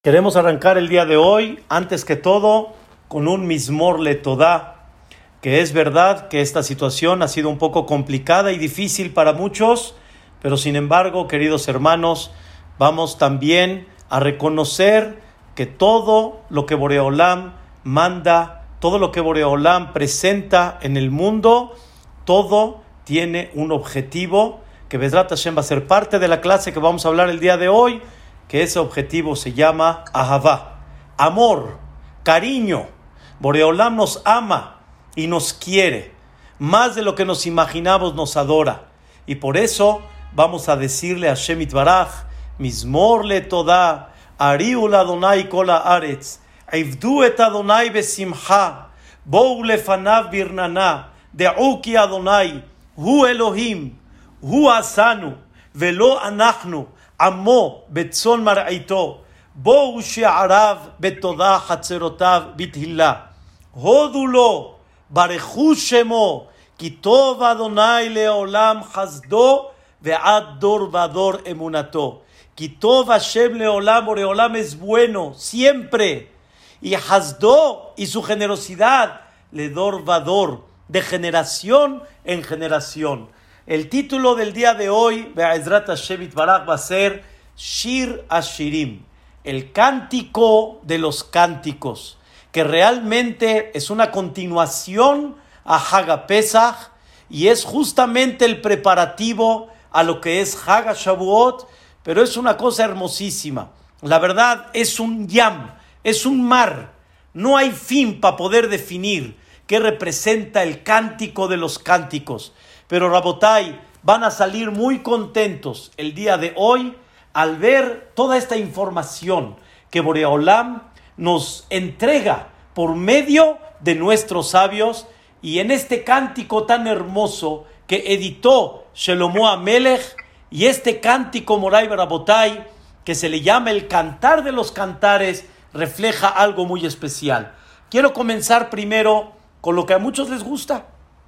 Queremos arrancar el día de hoy, antes que todo, con un Mizmor Letodá, que es verdad que esta situación ha sido un poco complicada y difícil para muchos, pero sin embargo, queridos hermanos, vamos también a reconocer que todo lo que Boreolam manda, todo lo que Boreolam presenta en el mundo, todo tiene un objetivo, que Bezrat Hashem va a ser parte de la clase que vamos a hablar el día de hoy, que ese objetivo se llama Ahavá, amor, cariño. Boreolam nos ama y nos quiere, más de lo que nos imaginamos nos adora. Y por eso vamos a decirle a Hashem Itbaraj, Mizmor Letodá, Ariu l'Adonai kol haaretz, Ivdu et Adonai besimcha, Bou lefanav birnana, De'u ki Adonai, Hu Elohim, Hu asanu, Velo anachnu, Amo betzon mar'ito, Bou she'arav betodá hatzerotav bithilah, Hodu lo, Barechu shemo, Ki tov Adonai leolam chasdo, Ve'ad dor vador emunato. Ki tov Hashem leolam, Boreolam es bueno siempre, y hasdo, y su generosidad, le dor vador, de generación en generación. El título del día de hoy, Be'ezrat Hashem Itbaraj, va a ser Shir Hashirim, el cántico de los cánticos, que realmente es una continuación a Hag Pesach y es justamente el preparativo a lo que es Hag Shavuot, pero es una cosa hermosísima. La verdad es un yam, es un mar, no hay fin para poder definir qué representa el cántico de los cánticos. Pero Rabotai, van a salir muy contentos el día de hoy al ver toda esta información que Boreolam nos entrega por medio de nuestros sabios, y en este cántico tan hermoso que editó Shelomo Amelech, y este cántico Moray Rabotai, que se le llama el Cantar de los Cantares, refleja algo muy especial. Quiero comenzar primero con lo que a muchos les gusta.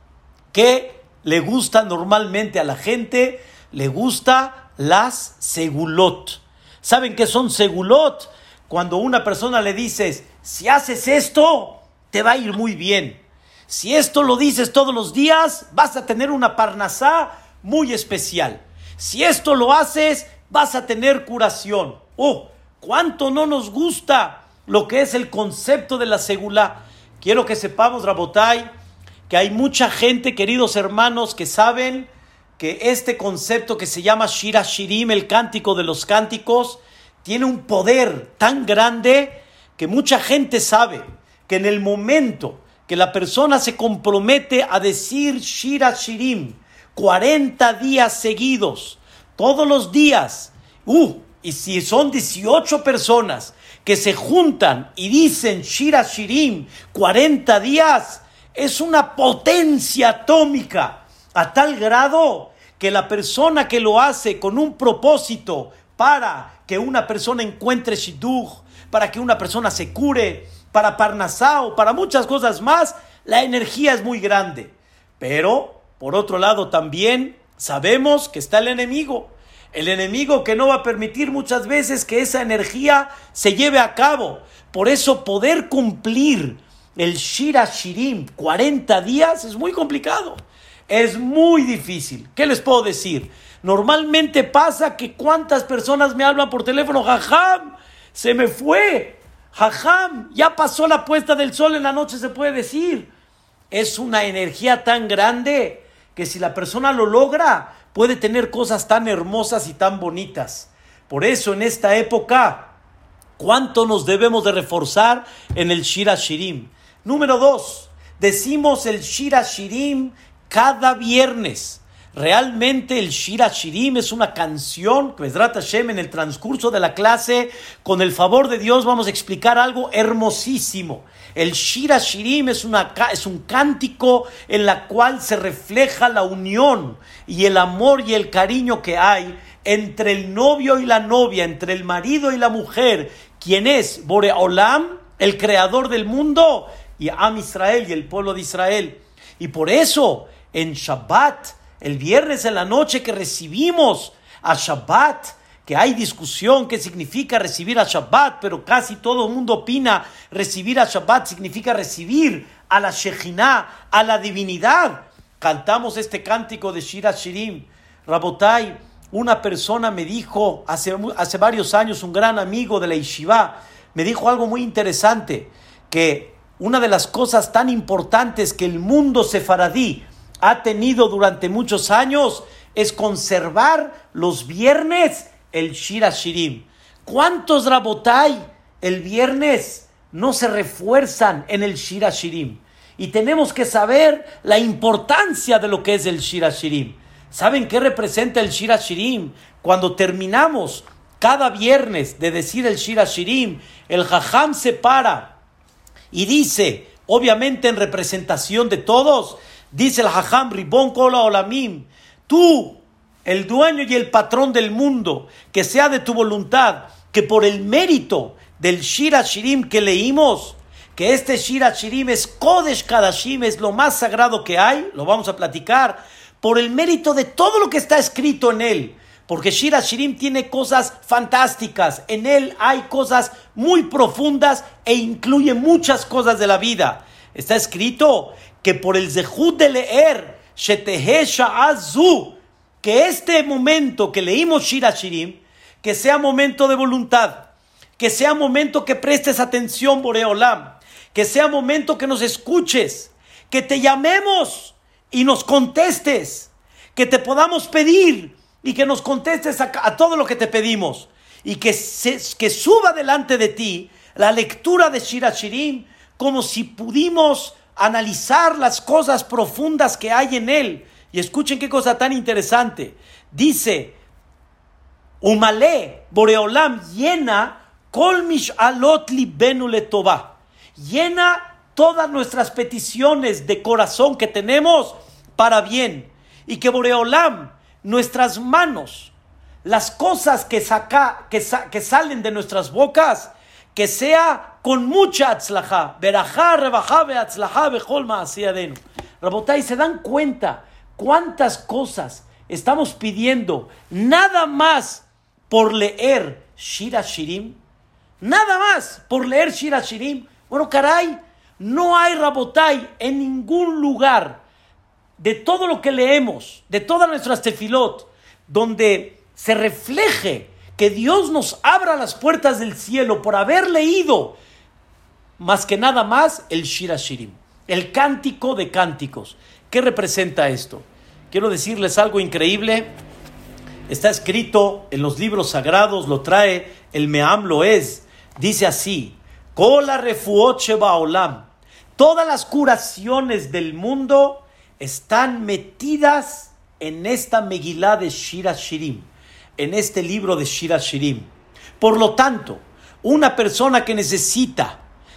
¿Qué le gusta normalmente a la gente? Le gusta las segulot. ¿Saben qué son segulot? Cuando una persona le dices, si haces esto, te va a ir muy bien. Si esto lo dices todos los días, vas a tener una parnasá muy especial. Si esto lo haces, vas a tener curación. ¿Cuánto no nos gusta lo que es el concepto de la segulá? Quiero que sepamos, Rabotai, que hay mucha gente, queridos hermanos, que saben que este concepto que se llama Shir Hashirim, el cántico de los cánticos, tiene un poder tan grande que mucha gente sabe que en el momento que la persona se compromete a decir Shir Hashirim 40 días seguidos, todos los días, y si son 18 personas que se juntan y dicen Shir Hashirim 40 días, es una potencia atómica a tal grado que la persona que lo hace con un propósito para que una persona encuentre shidduch, para que una persona se cure, para parnasá o para muchas cosas más, la energía es muy grande. Pero, por otro lado, también sabemos que está el enemigo que no va a permitir muchas veces que esa energía se lleve a cabo. Por eso poder cumplir el Shir Hashirim 40 días es muy complicado, es muy difícil. ¿Qué les puedo decir? Normalmente pasa que cuántas personas me hablan por teléfono, Jajam, se me fue, Jajam, ya pasó la puesta del sol en la noche, se puede decir. Es una energía tan grande que si la persona lo logra, puede tener cosas tan hermosas y tan bonitas. Por eso en esta época, ¿cuánto nos debemos de reforzar en el Shir Hashirim? Número 2, decimos el Shir Hashirim cada viernes. Realmente el Shir Hashirim es una canción que Bezrat Hashem en el transcurso de la clase, con el favor de Dios, vamos a explicar algo hermosísimo. El Shir Hashirim es un cántico en la cual se refleja la unión y el amor y el cariño que hay entre el novio y la novia, entre el marido y la mujer, quien es Boreolam, el creador del mundo, y Am Israel y el pueblo de Israel. Y por eso en Shabbat, el viernes en la noche que recibimos a Shabbat, que hay discusión qué significa recibir a Shabbat, pero casi todo el mundo opina recibir a Shabbat significa recibir a la Shejinah, a la divinidad. Cantamos este cántico de Shir HaShirim. Rabotai, una persona me dijo hace varios años, un gran amigo de la Yeshiva, me dijo algo muy interesante, que una de las cosas tan importantes que el mundo sefaradí ha tenido durante muchos años es conservar los viernes el Shir HaShirim. ¿Cuántos Rabotai el viernes no se refuerzan en el Shir HaShirim? Y tenemos que saber la importancia de lo que es el Shir HaShirim. ¿Saben qué representa el Shir HaShirim? Cuando terminamos cada viernes de decir el Shir HaShirim, el Jajam se para y dice, obviamente en representación de todos, dice el Jajam, Ribon Kol Olamim, tú, el dueño y el patrón del mundo, que sea de tu voluntad, que por el mérito del Shir HaShirim que leímos, que este Shir HaShirim es Kodesh Kadashim, es lo más sagrado que hay, lo vamos a platicar, por el mérito de todo lo que está escrito en él, porque Shir HaShirim tiene cosas fantásticas, en él hay cosas muy profundas e incluye muchas cosas de la vida. Está escrito que por el Zehut de leer, Shetehe Sha'azu, que este momento que leímos Shir HaShirim, que sea momento de voluntad, que sea momento que prestes atención, Boreolam, que sea momento que nos escuches, que te llamemos y nos contestes, que te podamos pedir y que nos contestes a todo lo que te pedimos, y que suba delante de ti la lectura de Shir HaShirim como si pudimos analizar las cosas profundas que hay en él. Y escuchen qué cosa tan interesante. Dice, Umale, Boreolam llena Kol Mish'alot Libenu Letová, llena todas nuestras peticiones de corazón que tenemos para bien, y que Boreolam, nuestras manos, las cosas que salen de nuestras bocas, que sea con mucha atzlajá, berajá, rebajá, beatzlajá, bechol ma'asiyadenu. Rabotai, ¿se dan cuenta cuántas cosas estamos pidiendo nada más por leer Shir HaShirim? Nada más por leer Shir HaShirim. Bueno, caray, no hay, Rabotai, en ningún lugar de todo lo que leemos, de todas nuestras tefilot, donde se refleje que Dios nos abra las puertas del cielo por haber leído más que nada más el Shir HaShirim, el cántico de cánticos. ¿Qué representa esto? Quiero decirles algo increíble. Está escrito en los libros sagrados, lo trae el Me'am Loez, dice así, Kol harefuot shebaolam, todas las curaciones del mundo están metidas en esta Megilá de Shir HaShirim, en este libro de Shir HaShirim. Por lo tanto, una persona que necesita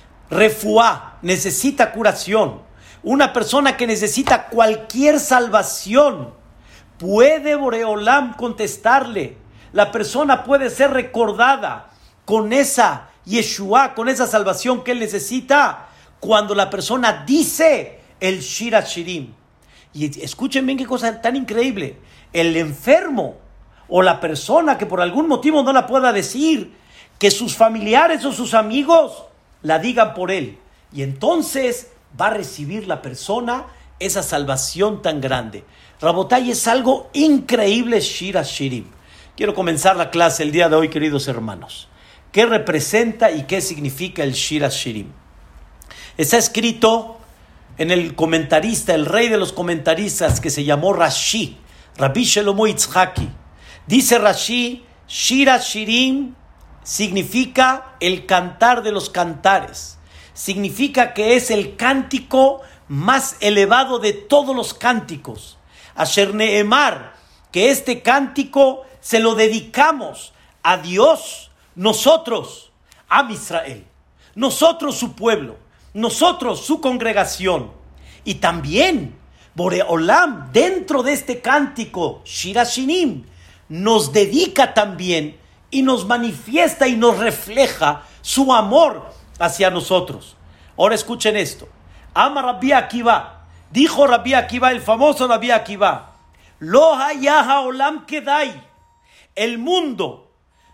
refuá, necesita curación, una persona que necesita cualquier salvación, puede Boreolam contestarle. La persona puede ser recordada con esa Yeshua, con esa salvación que él necesita, cuando la persona dice el Shir HaShirim. Y escuchen bien qué cosa tan increíble. El enfermo o la persona que por algún motivo no la pueda decir, que sus familiares o sus amigos la digan por él. Y entonces va a recibir la persona esa salvación tan grande. Rabotai, es algo increíble Shir HaShirim. Quiero comenzar la clase el día de hoy, queridos hermanos. ¿Qué representa y qué significa el Shir HaShirim? Está escrito en el comentarista, el rey de los comentaristas, que se llamó Rashi, Rabbi Shlomo Yitzhaki. Dice Rashi, Shir HaShirim significa el cantar de los cantares. Significa que es el cántico más elevado de todos los cánticos. Asher Neemar, que este cántico se lo dedicamos a Dios, nosotros, a Israel, nosotros su pueblo, nosotros su congregación. Y también Boreolam, dentro de este cántico Shir HaShirim, nos dedica también y nos manifiesta y nos refleja su amor hacia nosotros. Ahora escuchen esto. Ama Rabbi Akiva, dijo Rabbi Akiva, el famoso Rabbi Akiva, Lo haya haolam kedai, el mundo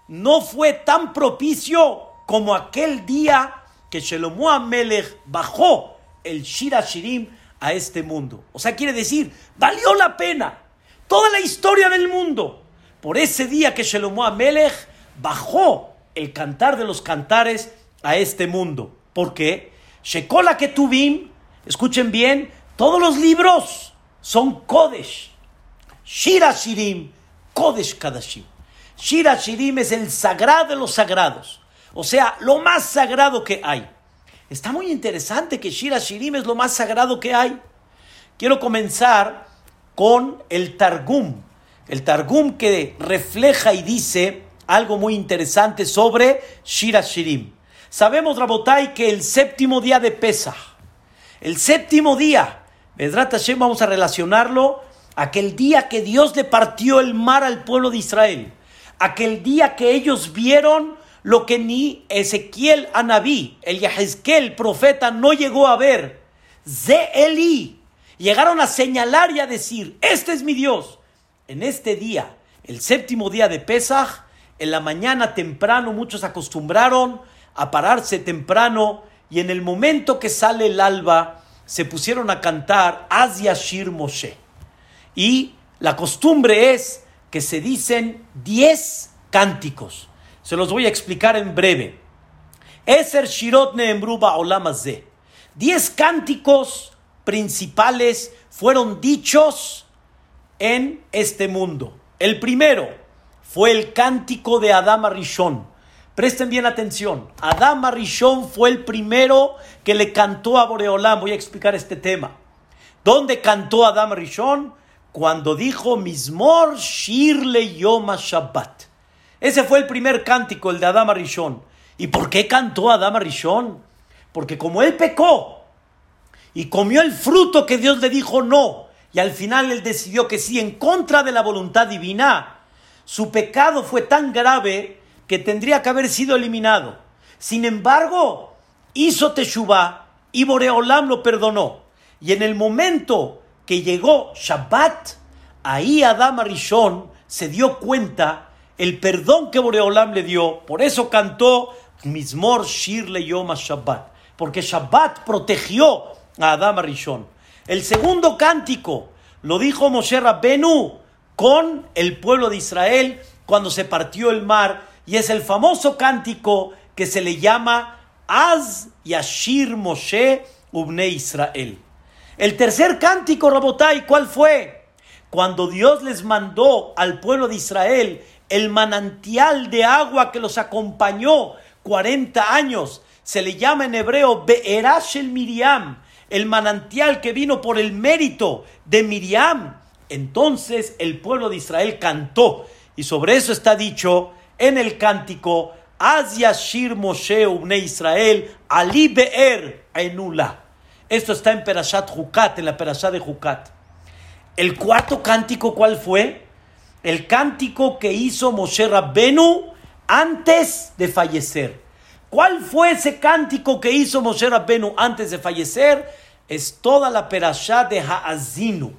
no fue tan propicio como aquel día que Shelomo Amelech bajó el Shir HaShirim a este mundo. O sea, quiere decir, valió la pena toda la historia del mundo por ese día que Shelomo Amelech bajó el cantar de los cantares a este mundo. ¿Por qué? Shekol HaKetuvim, escuchen bien, todos los libros son Kodesh. Shir HaShirim, Kodesh Kadashim. Shir HaShirim es el sagrado de los sagrados. O sea, lo más sagrado que hay. Está muy interesante que Shir HaShirim es lo más sagrado que hay. Quiero comenzar con el Targum. El Targum que refleja y dice algo muy interesante sobre Shir HaShirim. Sabemos, Rabotai, que el séptimo día de Pesaj, el séptimo día, Bezrat Hashem, vamos a relacionarlo a aquel día que Dios le partió el mar al pueblo de Israel. Aquel día que ellos vieron lo que ni Ezequiel Anabí, el Yehezkel, el profeta, no llegó a ver. Ze Eli. Llegaron a señalar y a decir, este es mi Dios. En este día, el séptimo día de Pesaj, en la mañana temprano, muchos acostumbraron a pararse temprano y en el momento que sale el alba, se pusieron a cantar Az Yashir Moshe. Y la costumbre es que se dicen 10 cánticos. Se los voy a explicar en breve. Eser Shirot Neemru Ba'olam Hazeh. 10 cánticos principales fueron dichos en este mundo. El primero fue el cántico de Adam Arishon. Presten bien atención. Adam Arishon fue el primero que le cantó a Boreolam. Voy a explicar este tema. ¿Dónde cantó Adam Arishon? Cuando dijo Mizmor Shir LeYom HaShabbat. Ese fue el primer cántico, el de Adam Arishon. ¿Y por qué cantó Adam Arishon? Porque como él pecó y comió el fruto que Dios le dijo no, y al final él decidió que sí, en contra de la voluntad divina, su pecado fue tan grave que tendría que haber sido eliminado. Sin embargo, hizo teshuvá y Boreolam lo perdonó. Y en el momento que llegó Shabbat, ahí Adam Arishon se dio cuenta el perdón que Boreolam le dio. Por eso cantó Mizmor Shir LeYom HaShabbat, porque Shabbat protegió a Adam Arishon. El segundo cántico lo dijo Moshe Rabbenu con el pueblo de Israel cuando se partió el mar, y es el famoso cántico que se le llama Az Yashir Moshe Ubnei Israel. El tercer cántico, Rabotai, ¿cuál fue? Cuando Dios les mandó al pueblo de Israel el manantial de agua que los acompañó 40 años, se le llama en hebreo Be'erash el Miriam, el manantial que vino por el mérito de Miriam. Entonces el pueblo de Israel cantó, y sobre eso está dicho en el cántico Az Yashir Moshe Ubnei Israel Ali Be'er Enula. Esto está en Perashat Jucat, en la Perashat de Jucat. El cuarto cántico, ¿cuál fue? El cántico que hizo Moshe Rabbenu antes de fallecer. ¿Cuál fue ese cántico que hizo Moshe Rabbenu antes de fallecer? Es toda la Perashat de Ha'azinu.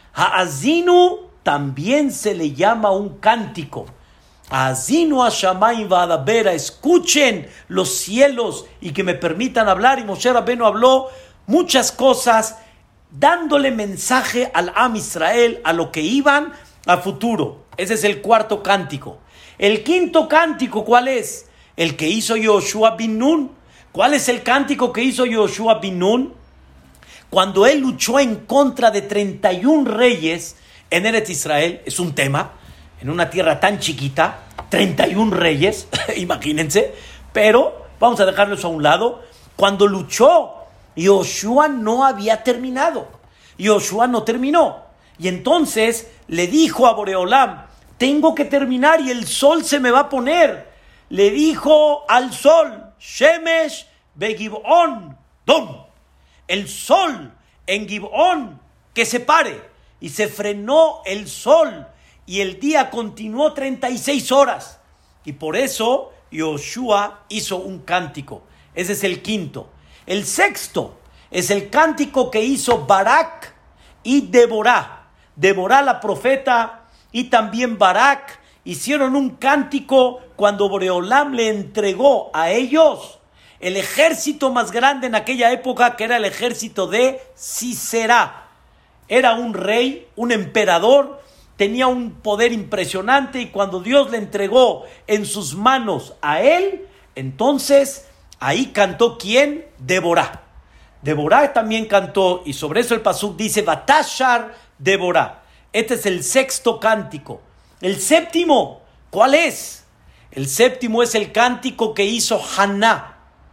Ha'azinu también se le llama un cántico. Ha'azinu Hashamayim Va'adabera. Escuchen los cielos y que me permitan hablar. Y Moshe Rabbenu habló muchas cosas, dándole mensaje al Am Israel, a lo que iban a futuro. Ese es el cuarto cántico. El quinto cántico, ¿cuál es? El que hizo Yoshua bin Nun. ¿Cuál es el cántico que hizo Yoshua bin Nun? Cuando él luchó en contra de 31 reyes en Eretz Israel. Es un tema, en una tierra tan chiquita, 31 reyes, imagínense. Pero vamos a dejarlo eso a un lado. Cuando luchó, Yoshua no había terminado. Yoshua no terminó. Y entonces le dijo a Boreolam, tengo que terminar y el sol se me va a poner. Le dijo al sol, Shemesh beGib'on, Dom. El sol en Gib'ón que se pare. Y se frenó el sol y el día continuó 36 horas. Y por eso Yoshua hizo un cántico. Ese es el quinto. El sexto es el cántico que hizo Barak y Deborah. Deborah la profeta y también Barak hicieron un cántico cuando Boreolam le entregó a ellos el ejército más grande en aquella época, que era el ejército de Sisera. Era un rey, un emperador, tenía un poder impresionante, y cuando Dios le entregó en sus manos a él, entonces ahí cantó ¿quién? Deborah. Deborah también cantó, y sobre eso el pasuk dice Batashar Deborah. Este es el sexto cántico. El séptimo, ¿cuál es? El séptimo es el cántico que hizo Haná.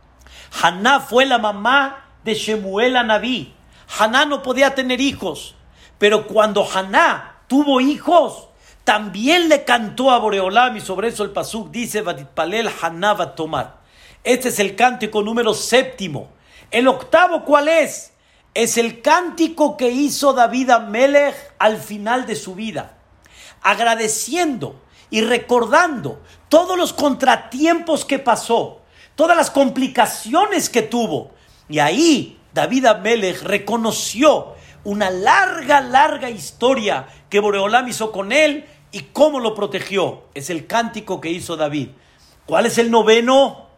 Haná fue la mamá de Shemuel Anabí. Haná no podía tener hijos, pero cuando Haná tuvo hijos, también le cantó a Boreolam, y sobre eso el pasuk dice Vatitpalel Haná Vatomar. Este es el cántico número séptimo. El octavo, ¿cuál es? Es el cántico que hizo David Amelech al final de su vida, agradeciendo y recordando todos los contratiempos que pasó, todas las complicaciones que tuvo. Y ahí David Amelech reconoció una larga historia que Boreolam hizo con él y cómo lo protegió. Es el cántico que hizo David. ¿Cuál es el noveno?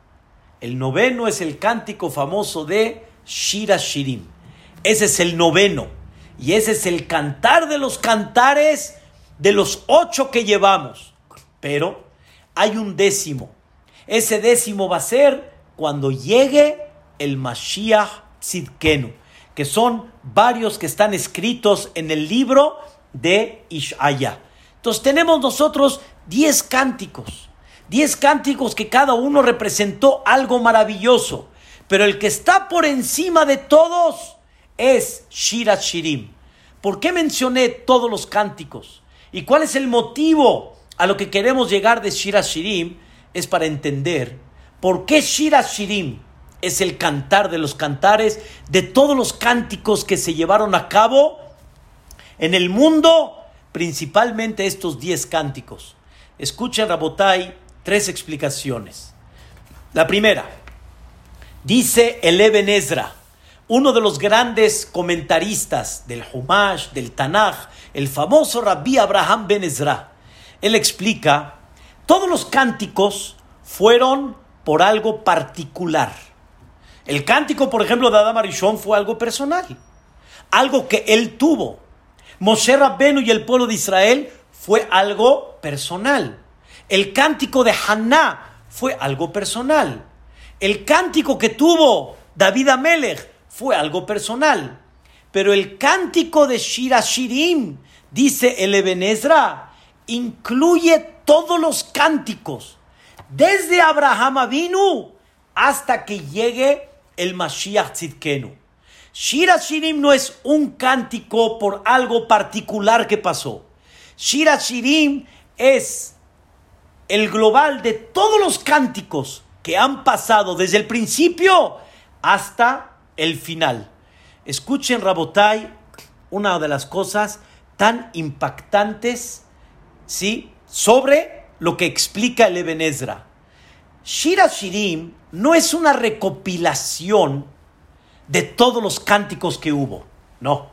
El noveno es el cántico famoso de Shir HaShirim. Ese es el noveno. Y ese es el cantar de los cantares de los 8 que llevamos. Pero hay un décimo. Ese décimo va a ser cuando llegue el Mashiach Tzidkenu, que son varios que están escritos en el libro de Ishaya. Entonces tenemos nosotros 10 cánticos. 10 cánticos que cada uno representó algo maravilloso. Pero el que está por encima de todos es Shir HaShirim. ¿Por qué mencioné todos los cánticos? ¿Y cuál es el motivo a lo que queremos llegar de Shir HaShirim? Es para entender por qué Shir HaShirim es el cantar de los cantares de todos los cánticos que se llevaron a cabo en el mundo, principalmente estos 10 cánticos. Escuchen, Rabotai, 3 explicaciones. La primera, dice el Eben Ezra, uno de los grandes comentaristas del Humash, del Tanaj, el famoso Rabbi Abraham Ben Ezra. Él explica, todos los cánticos fueron por algo particular. El cántico, por ejemplo, de Adam Arishon fue algo personal, algo que él tuvo. Moshe Rabbenu y el pueblo de Israel fue algo personal. El cántico de Haná fue algo personal. El cántico que tuvo David Amelech fue algo personal. Pero el cántico de Shir HaShirim, dice el Eben Ezra, incluye todos los cánticos, desde Abraham Avinu hasta que llegue el Mashiach Tzidkenu. Shir HaShirim no es un cántico por algo particular que pasó. Shir HaShirim es el global de todos los cánticos que han pasado desde el principio hasta el final. Escuchen, Rabotai, una de las cosas tan impactantes, ¿sí?, sobre lo que explica el Eben Ezra. Shir HaShirim no es una recopilación de todos los cánticos que hubo. No.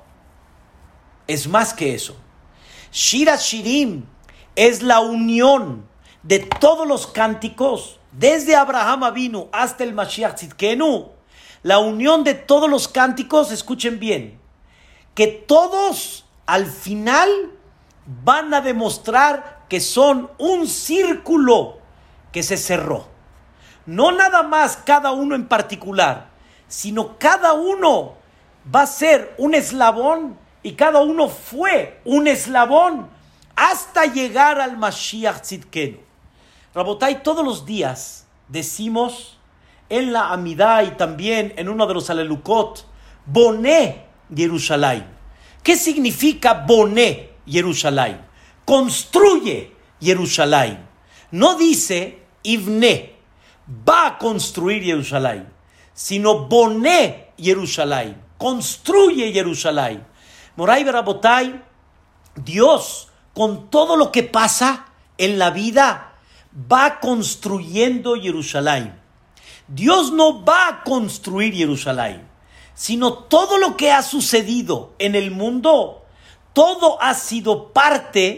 Es más que eso. Shir HaShirim es la unión de todos los cánticos, desde Abraham Avinu hasta el Mashiach Tzidkenu. La unión de todos los cánticos, escuchen bien, que todos al final van a demostrar que son un círculo que se cerró. No nada más cada uno en particular, sino cada uno va a ser un eslabón, y cada uno fue un eslabón hasta llegar al Mashiach Tzidkenu. Rabotai, todos los días decimos en la Amidá y también en uno de los Alelukot, Boné Yerushalayim. ¿Qué significa Boné Yerushalayim? Construye Yerushalayim. No dice Ivne, va a construir Yerushalayim, sino Boné Yerushalayim, construye Yerushalayim. Moray Rabotai, Dios, con todo lo que pasa en la vida, va construyendo Jerusalén. Dios no va a construir Jerusalén, sino todo lo que ha sucedido en el mundo, todo ha sido parte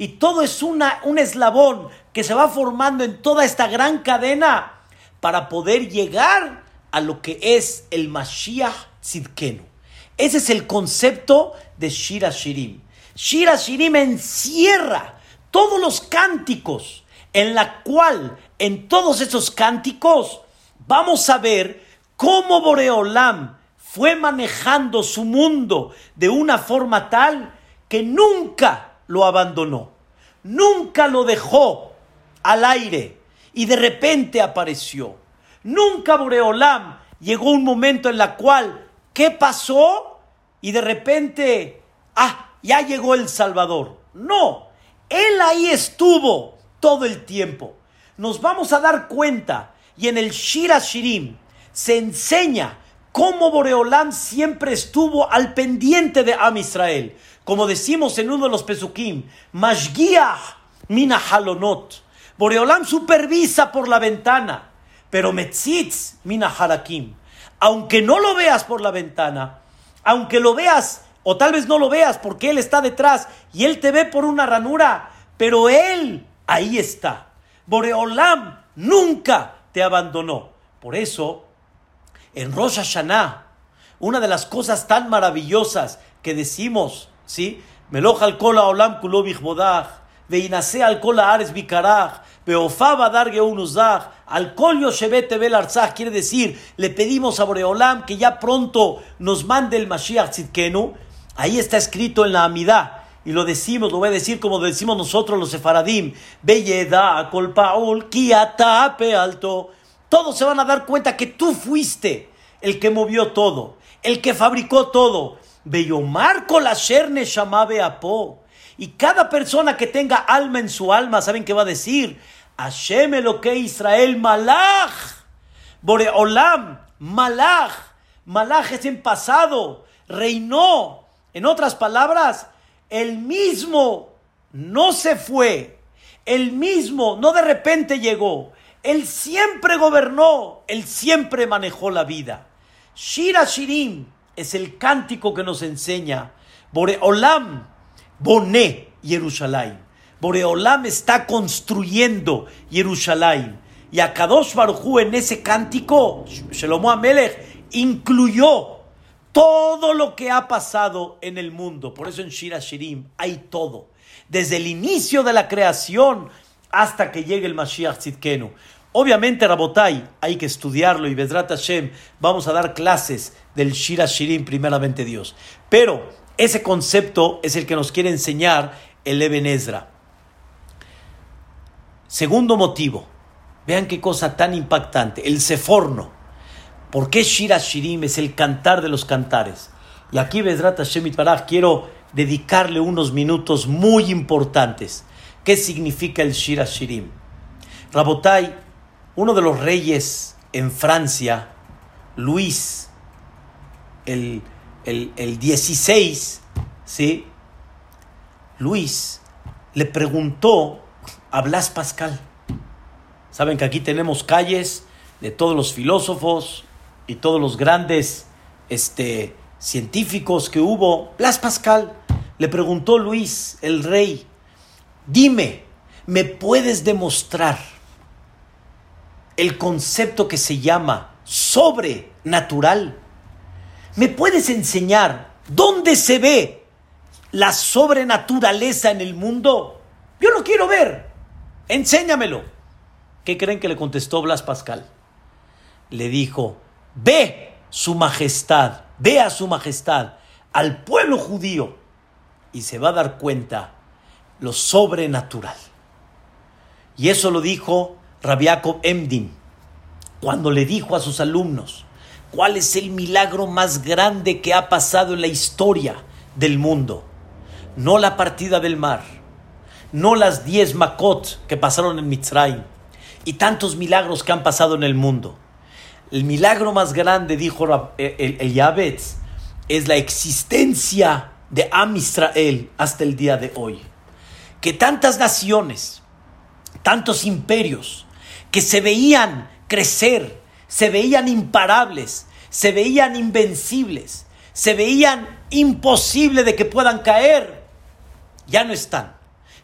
y todo es un eslabón que se va formando en toda esta gran cadena para poder llegar a lo que es el Mashiach Tzidkenu. Ese es el concepto de Shir HaShirim. Shir HaShirim encierra todos los cánticos, en la cual, en todos esos cánticos, vamos a ver cómo Boreolam fue manejando su mundo de una forma tal que nunca lo abandonó, nunca lo dejó al aire y de repente apareció. Nunca Boreolam llegó un momento en la cual, ¿qué pasó? Y de repente, ya llegó el Salvador. No, Él ahí estuvo todo el tiempo. Nos vamos a dar cuenta, y en el Shir HaShirim se enseña cómo Boreolam siempre estuvo al pendiente de Am Israel. Como decimos en uno de los Pesukim, Mashgiach mina halonot. Boreolam supervisa por la ventana, pero Metzitz mina harakim. Aunque no lo veas por la ventana, aunque lo veas, o tal vez no lo veas porque Él está detrás y Él te ve por una ranura, pero Él ahí está. Boreolam nunca te abandonó. Por eso, en Rosh Hashanah, una de las cosas tan maravillosas que decimos, ¿sí? Meloch al kol haolam kulo bichbodach, veinase al kol haaretz bikarach, veofá badar geunuzach, al kol yoshebet tevel arzach. Quiere decir, le pedimos a Boreolam que ya pronto nos mande el Mashiach Tzidkenu. Ahí está escrito en la Amidá. Y lo decimos, lo voy a decir como decimos nosotros los sefaradim. Beyeda kol paul ki ata pealto. Todos se van a dar cuenta que tú fuiste el que movió todo, el que fabricó todo. Beyomar kol asher neshama beapo. Y cada persona que tenga alma en su alma, ¿saben qué va a decir? Hashem Elokei Israel Malach. Boreolam Malach. Malach es en pasado, reinó. En otras palabras, el mismo no se fue, el mismo no de repente llegó, él siempre gobernó, él siempre manejó la vida. Shir HaShirim es el cántico que nos enseña Boreolam Boné Yerushalayim. Boreolam está construyendo Yerushalayim. Y Akadosh Baruj Hu en ese cántico, Shlomo HaMelech, incluyó todo lo que ha pasado en el mundo. Por eso en Shir HaShirim hay todo. Desde el inicio de la creación hasta que llegue el Mashiach Tzidkenu. Obviamente, Rabotai, hay que estudiarlo y Bezrat Hashem vamos a dar clases del Shir HaShirim, primeramente Dios. Pero ese concepto es el que nos quiere enseñar el Eben Ezra. Segundo motivo, vean qué cosa tan impactante, el Seforno. ¿Por qué Shir HaShirim es el cantar de los cantares? Y aquí, Bezrat Hashem Yitbaraj, quiero dedicarle unos minutos muy importantes. ¿Qué significa el Shir HaShirim? Rabotai, uno de los reyes en Francia, Luis, el 16, ¿sí? Luis le preguntó a Blas Pascal. Saben que aquí tenemos calles de todos los filósofos y todos los grandes científicos que hubo. Blas Pascal le preguntó a Luis, el rey, dime, ¿me puedes demostrar el concepto que se llama sobrenatural? ¿Me puedes enseñar dónde se ve la sobrenaturaleza en el mundo? Yo lo quiero ver, enséñamelo. ¿Qué creen que le contestó Blas Pascal? Le dijo, ve a su majestad al pueblo judío y se va a dar cuenta lo sobrenatural. Y eso lo dijo Rabbi Yaakov Emdin cuando le dijo a sus alumnos, ¿cuál es el milagro más grande que ha pasado en la historia del mundo? No la partida del mar, no las 10 Makot que pasaron en Mitzrayim y tantos milagros que han pasado en el mundo. El milagro más grande, dijo el Yavetz, es la existencia de Am Israel hasta el día de hoy. Que tantas naciones, tantos imperios, que se veían crecer, se veían imparables, se veían invencibles, se veían imposible de que puedan caer, ya no están.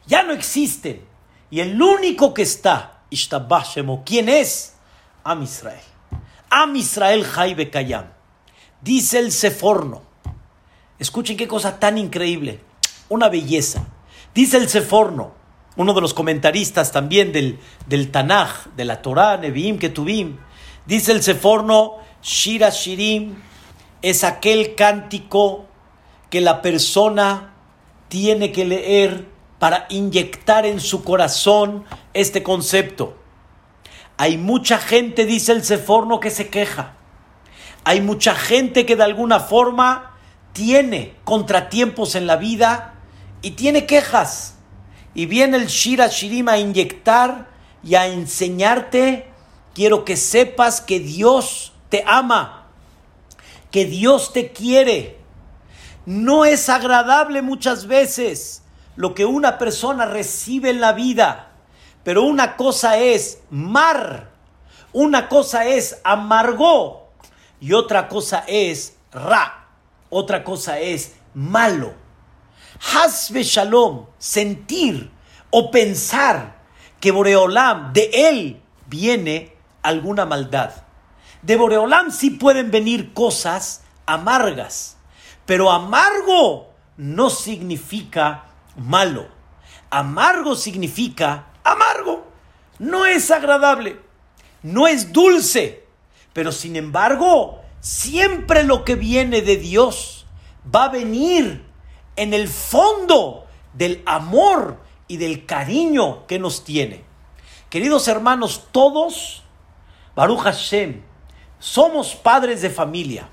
ya no existen. Y el único que está, Ishtabah Shemo, ¿quién es? Am Israel. Am Israel Chai Bekayam. Dice el Seforno. Escuchen qué cosa tan increíble. Una belleza. Dice el Seforno, uno de los comentaristas también del Tanaj, de la Torah, Nevi'im, Ketuvim. Dice el Seforno, Shir HaShirim es aquel cántico que la persona tiene que leer para inyectar en su corazón este concepto. Hay mucha gente, dice el Seforno, que se queja. Hay mucha gente que de alguna forma tiene contratiempos en la vida y tiene quejas. Y viene el Shir HaShirim a inyectar y a enseñarte, quiero que sepas que Dios te ama, que Dios te quiere. No es agradable muchas veces lo que una persona recibe en la vida, pero una cosa es mar, una cosa es amargo y otra cosa es ra, otra cosa es malo. Haz ve shalom, sentir o pensar que Boreolam, de él viene alguna maldad. De Boreolam sí pueden venir cosas amargas, pero amargo no significa malo. Amargo significa amargo. No es agradable, no es dulce, pero sin embargo, siempre lo que viene de Dios va a venir en el fondo del amor y del cariño que nos tiene. Queridos hermanos, todos, Baruch Hashem, somos padres de familia.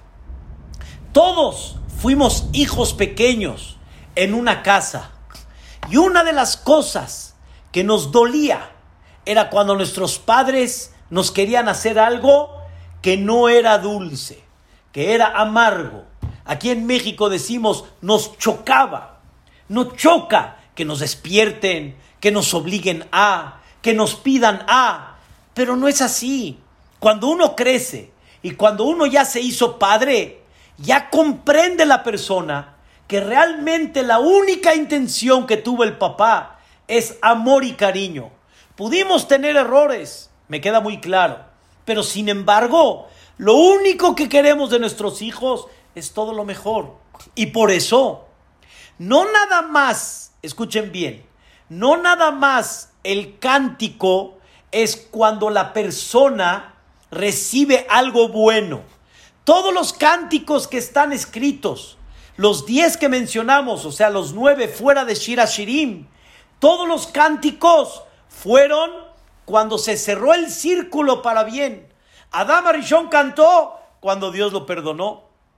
Todos fuimos hijos pequeños en una casa. Y una de las cosas que nos dolía era cuando nuestros padres nos querían hacer algo que no era dulce, que era amargo. Aquí en México decimos, nos chocaba. Nos choca que nos despierten, que nos obliguen a, que nos pidan a. Pero no es así. Cuando uno crece y cuando uno ya se hizo padre, ya comprende la persona que realmente la única intención que tuvo el papá es amor y cariño. Pudimos tener errores, me queda muy claro, pero sin embargo, lo único que queremos de nuestros hijos es todo lo mejor. Y por eso, no nada más, escuchen bien, no nada más el cántico es cuando la persona recibe algo bueno. Todos los cánticos que están escritos, los 10 que mencionamos, o sea, los 9 fuera de Shir HaShirim, todos los cánticos fueron cuando se cerró el círculo para bien. Adam Arishon cantó cuando Dios lo perdonó.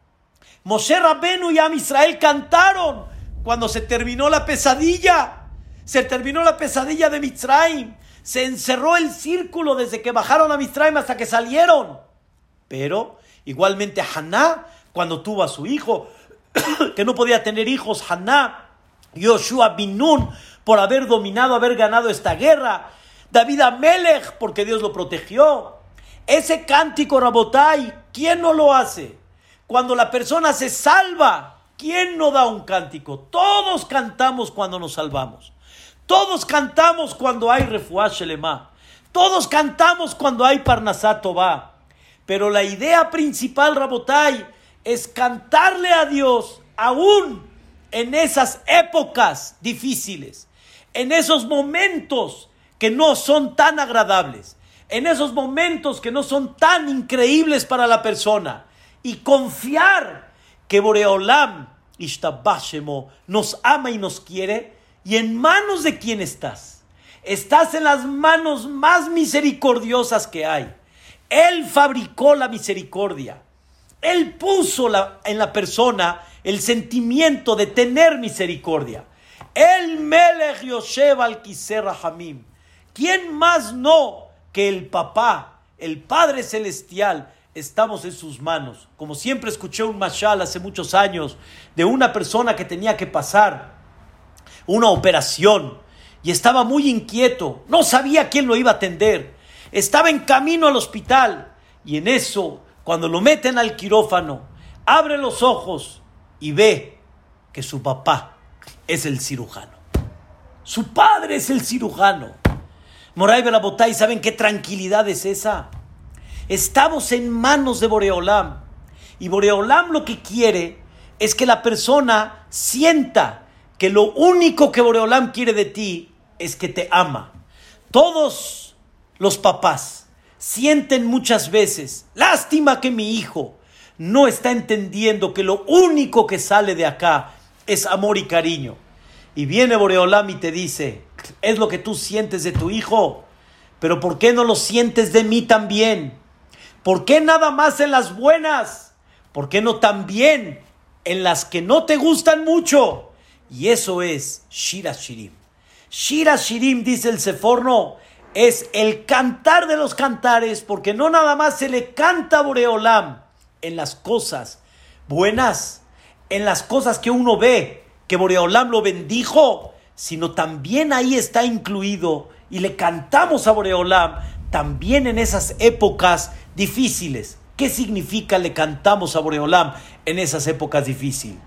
Moshe Rabbenu y Am Israel cantaron cuando se terminó la pesadilla. Se terminó la pesadilla de Mitzrayim. Se encerró el círculo desde que bajaron a Mitzrayim hasta que salieron. Pero igualmente Haná, cuando tuvo a su hijo, que no podía tener hijos, Haná, Yoshua bin Nun, por haber dominado, haber ganado esta guerra. David Amelech, porque Dios lo protegió. Ese cántico, Rabotai, ¿quién no lo hace? Cuando la persona se salva, ¿quién no da un cántico? Todos cantamos cuando nos salvamos. Todos cantamos cuando hay refuá shelema. Todos cantamos cuando hay parnasá tová. Pero la idea principal, Rabotai, es cantarle a Dios aún en esas épocas difíciles, en esos momentos que no son tan agradables, en esos momentos que no son tan increíbles para la persona, y confiar que Boreolam, Ishtabah Shemo, nos ama y nos quiere. ¿Y en manos de quién estás? Estás en las manos más misericordiosas que hay. Él fabricó la misericordia. Él puso en la persona el sentimiento de tener misericordia. El Melech Yoshev al Kiseh Rahamim. ¿Quién más no que el papá, el Padre Celestial? Estamos en sus manos. Como siempre escuché un mashal hace muchos años de una persona que tenía que pasar una operación y estaba muy inquieto, no sabía quién lo iba a atender, estaba en camino al hospital y en eso, cuando lo meten al quirófano, abre los ojos y ve que su papá es el cirujano. Su padre es el cirujano. Moray Berabotay, ¿saben qué tranquilidad es esa? Estamos en manos de Boreolam. Y Boreolam lo que quiere es que la persona sienta que lo único que Boreolam quiere de ti es que te ama. Todos los papás sienten muchas veces, lástima que mi hijo no está entendiendo que lo único que sale de acá es amor y cariño. Y viene Boreolam y te dice, es lo que tú sientes de tu hijo, pero ¿por qué no lo sientes de mí también? ¿Por qué nada más en las buenas? ¿Por qué no también en las que no te gustan mucho? Y eso es Shir HaShirim. Shir HaShirim, dice el Seforno, es el cantar de los cantares, porque no nada más se le canta a Boreolam en las cosas buenas, en las cosas que uno ve, que Boreolam lo bendijo, sino también ahí está incluido, y le cantamos a Boreolam también en esas épocas difíciles. ¿Qué significa le cantamos a Boreolam en esas épocas difíciles?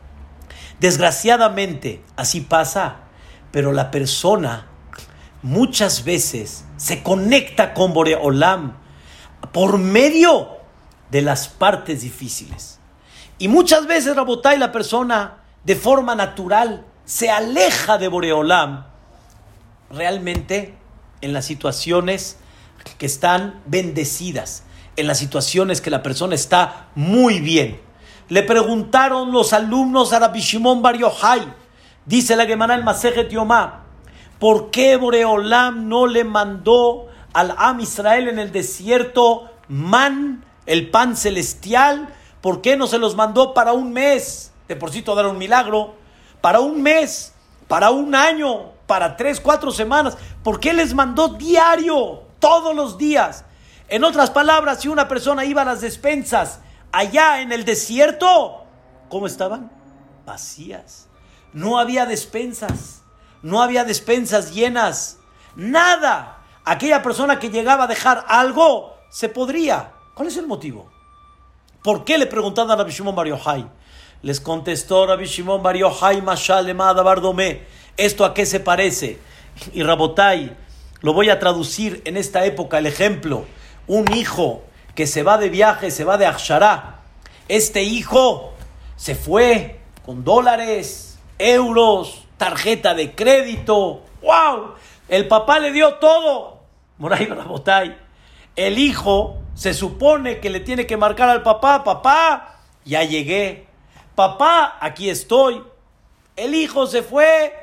Desgraciadamente, así pasa, pero la persona muchas veces se conecta con Boreolam por medio de las partes difíciles. Y muchas veces, Rabotay, la persona de forma natural se aleja de Boreolam realmente en las situaciones que están bendecidas, en las situaciones que la persona está muy bien. Le preguntaron los alumnos a Rabbi Shimon Bar Yochai, dice la Gemara en Masejet Yomá, ¿por qué Boreolam no le mandó al Am Israel en el desierto man, el pan celestial? ¿Por qué no se los mandó para un mes? De por sí todo era un milagro. Para un mes, para un año, para 3, 4 semanas. ¿Por qué les mandó diario, todos los días? En otras palabras, si una persona iba a las despensas allá en el desierto, ¿cómo estaban? Vacías. No había despensas. No había despensas llenas. Nada. Aquella persona que llegaba a dejar algo, se podría. ¿Cuál es el motivo? ¿Por qué le preguntaron a Rabbi Shimon Bar Yochai? Les contestó Rabbi Shimon Bar Yochai, Mashal lema davar domé. ¿Esto a qué se parece? Y Rabotai, lo voy a traducir en esta época, el ejemplo. Un hijo que se va de viaje, se va de Akshara. Este hijo se fue con dólares, euros, tarjeta de crédito. ¡Wow! El papá le dio todo. Moray Rabotai. El hijo se supone que le tiene que marcar al papá. Papá, ya llegué. Papá, aquí estoy. El hijo se fue.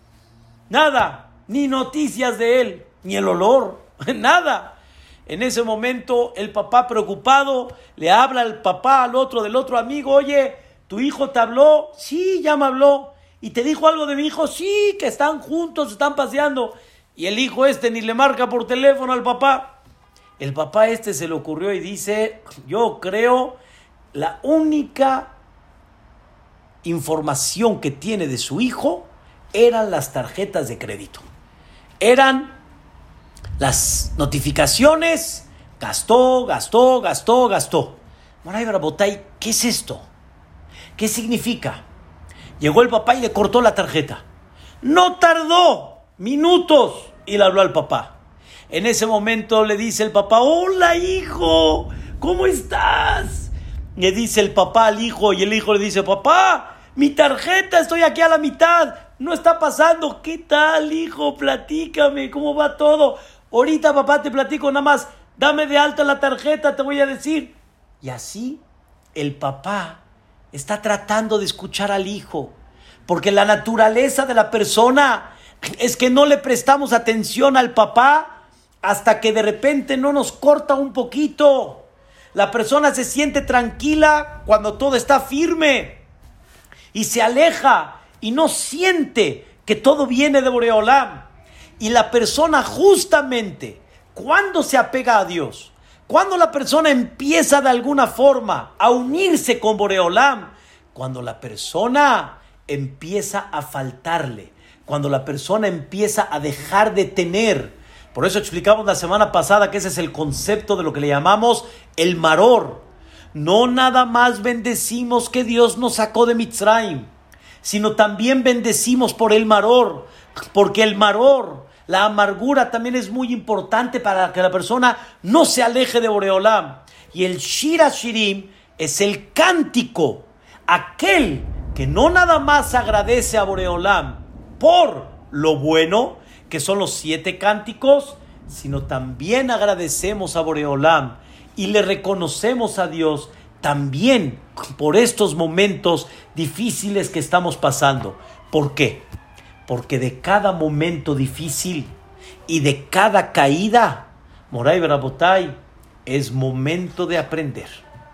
Nada, ni noticias de él, ni el olor, nada. En ese momento el papá preocupado le habla al papá al otro del otro amigo, oye, ¿tu hijo te habló? Sí, ya me habló. ¿Y te dijo algo de mi hijo? Sí, que están juntos, están paseando. Y el hijo ni le marca por teléfono al papá. El papá se le ocurrió y dice, yo creo la única información que tiene de su hijo eran las tarjetas de crédito. Eran las notificaciones, gastó. Moray Barabotay, ¿qué es esto? ¿Qué significa? Llegó el papá y le cortó la tarjeta. No tardó minutos y le habló al papá. En ese momento le dice el papá, hola hijo, ¿cómo estás? Le dice el papá al hijo y el hijo le dice, papá, mi tarjeta, estoy aquí a la mitad, no está pasando. ¿Qué tal, hijo? Platícame, ¿cómo va todo? Ahorita, papá, te platico, nada más, dame de alta la tarjeta, te voy a decir. Y así el papá está tratando de escuchar al hijo, porque la naturaleza de la persona es que no le prestamos atención al papá hasta que de repente no nos corta un poquito. La persona se siente tranquila cuando todo está firme y se aleja y no siente que todo viene de Boreolam. Y la persona justamente cuando se apega a Dios, cuando la persona empieza de alguna forma a unirse con Boreolam, cuando la persona empieza a faltarle, cuando la persona empieza a dejar de tener. Por eso explicamos la semana pasada que ese es el concepto de lo que le llamamos el maror. No nada más bendecimos que Dios nos sacó de Mitzrayim, sino también bendecimos por el maror, porque el maror, la amargura también es muy importante para que la persona no se aleje de Boreolam. Y el Shir HaShirim es el cántico, aquel que no nada más agradece a Boreolam por lo bueno, que son los 7 cánticos, sino también agradecemos a Boreolam y le reconocemos a Dios también por estos momentos difíciles que estamos pasando. ¿Por qué? Porque de cada momento difícil y de cada caída, Moray Barabotay, es momento de aprender.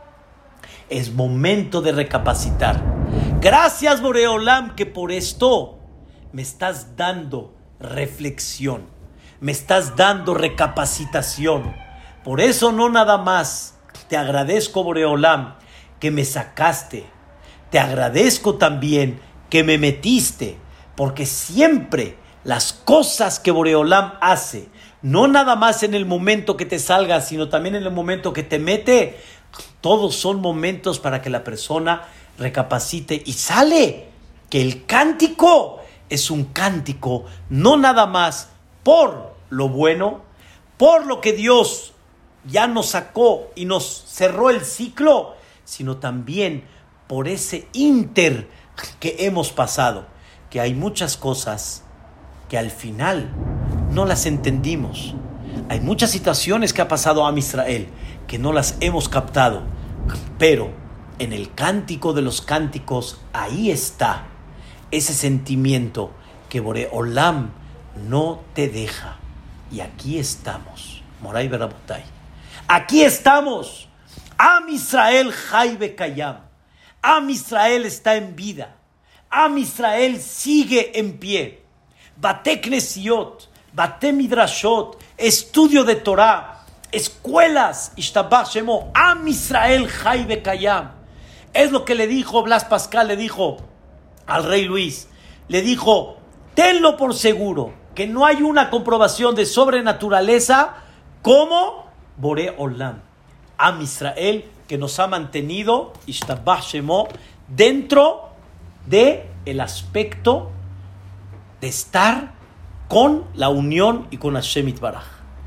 Es momento de recapacitar. Gracias, Boreolam, que por esto me estás dando reflexión, me estás dando recapacitación. Por eso no nada más te agradezco, Boreolam, que me sacaste. Te agradezco también que me metiste, porque siempre las cosas que Boreolam hace, no nada más en el momento que te salga, sino también en el momento que te mete, todos son momentos para que la persona recapacite y sale que el cántico es un cántico no nada más por lo bueno, por lo que Dios ya nos sacó y nos cerró el ciclo, sino también por ese inter que hemos pasado, que hay muchas cosas que al final no las entendimos. Hay muchas situaciones que ha pasado a Israel que no las hemos captado, pero en el cántico de los cánticos, ahí está ese sentimiento que Boreolam no te deja. Y aquí estamos, Moray Barabotay. Aquí estamos. Am Israel Jai Bekayam. Am Israel está en vida. Am Israel sigue en pie. Bate Knesiot, Bate Midrashot, estudio de Torah, escuelas, Ishtabach Shemo, Am Israel Jai Bekayam. Es lo que le dijo Blas Pascal, le dijo al rey Luis, le dijo, tenlo por seguro, que no hay una comprobación de sobrenaturaleza como Boreolam, Am Israel, que nos ha mantenido, Ishtabach Shemo, dentro de el aspecto de estar con la unión y con Hashem Yitbaraj.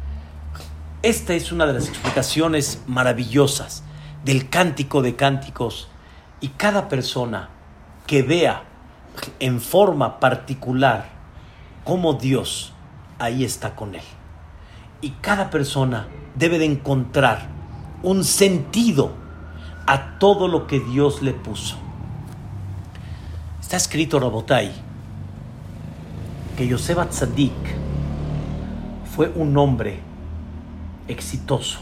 Esta es una de las explicaciones maravillosas del cántico de cánticos, y cada persona que vea en forma particular cómo Dios ahí está con él, y cada persona debe de encontrar un sentido a todo lo que Dios le puso. Está escrito, Rabotai, que Yosef Atzadik fue un hombre exitoso,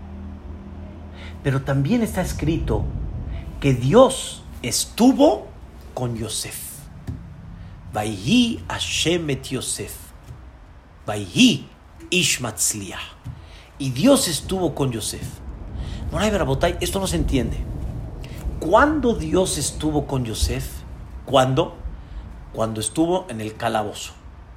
pero también está escrito que Dios estuvo con Yosef. Vayhi Hashem et Yosef, Vayhi Ish Matzliach. Y Dios estuvo con Yosef. Moray Barabotay, esto no se entiende. ¿Cuándo Dios estuvo con Yosef? ¿Cuándo? Cuando estuvo en el calabozo.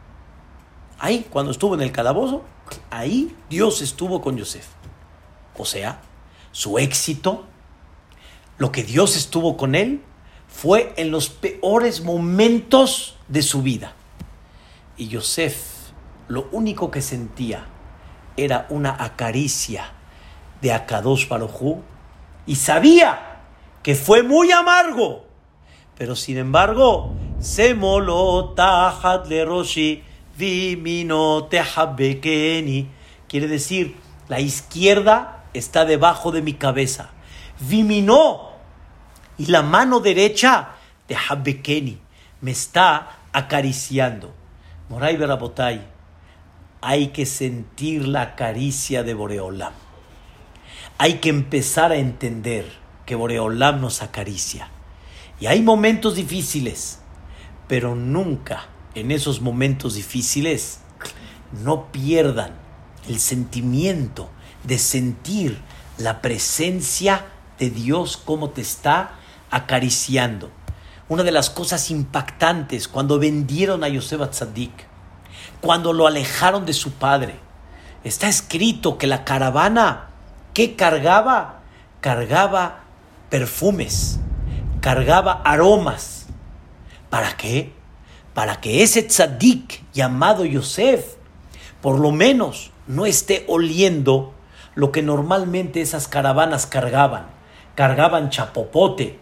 Ahí, cuando estuvo en el calabozo, ahí Dios estuvo con Yosef. O sea, su éxito, lo que Dios estuvo con él, fue en los peores momentos de su vida. Y Yosef, lo único que sentía era una acaricia de Akadosh Baruj Hu, y sabía que fue muy amargo, pero sin embargo, Semolo Tahat le Roshi Vimino Tehabekeni, quiere decir, la izquierda está debajo de mi cabeza, Vimino, y la mano derecha Tehabekeni me está acariciando. Moray Barabotay, hay que sentir la caricia de Boreolam. Hay que empezar a entender que Boreolam nos acaricia. Y hay momentos difíciles, pero nunca en esos momentos difíciles no pierdan el sentimiento de sentir la presencia de Dios como te está acariciando. Una de las cosas impactantes cuando vendieron a Yosef Atzadik, cuando lo alejaron de su padre, está escrito que la caravana que cargaba perfumes, cargaba aromas, ¿Para qué? Para que ese tzadik llamado Yosef, por lo menos, no esté oliendo lo que normalmente esas caravanas cargaban. Cargaban chapopote,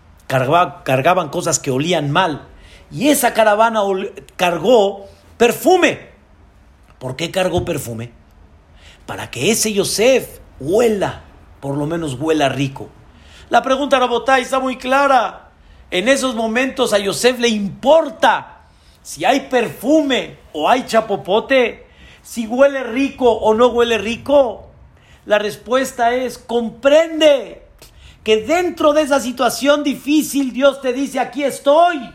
cargaban cosas que olían mal. Y esa caravana cargó perfume. ¿Por qué cargó perfume? Para que ese Yosef huela, por lo menos huela rico. La pregunta, Rabotay, está muy clara. En esos momentos a Yosef le importa si hay perfume o hay chapopote, si huele rico o no huele rico. La respuesta es: comprende que dentro de esa situación difícil Dios te dice: aquí estoy.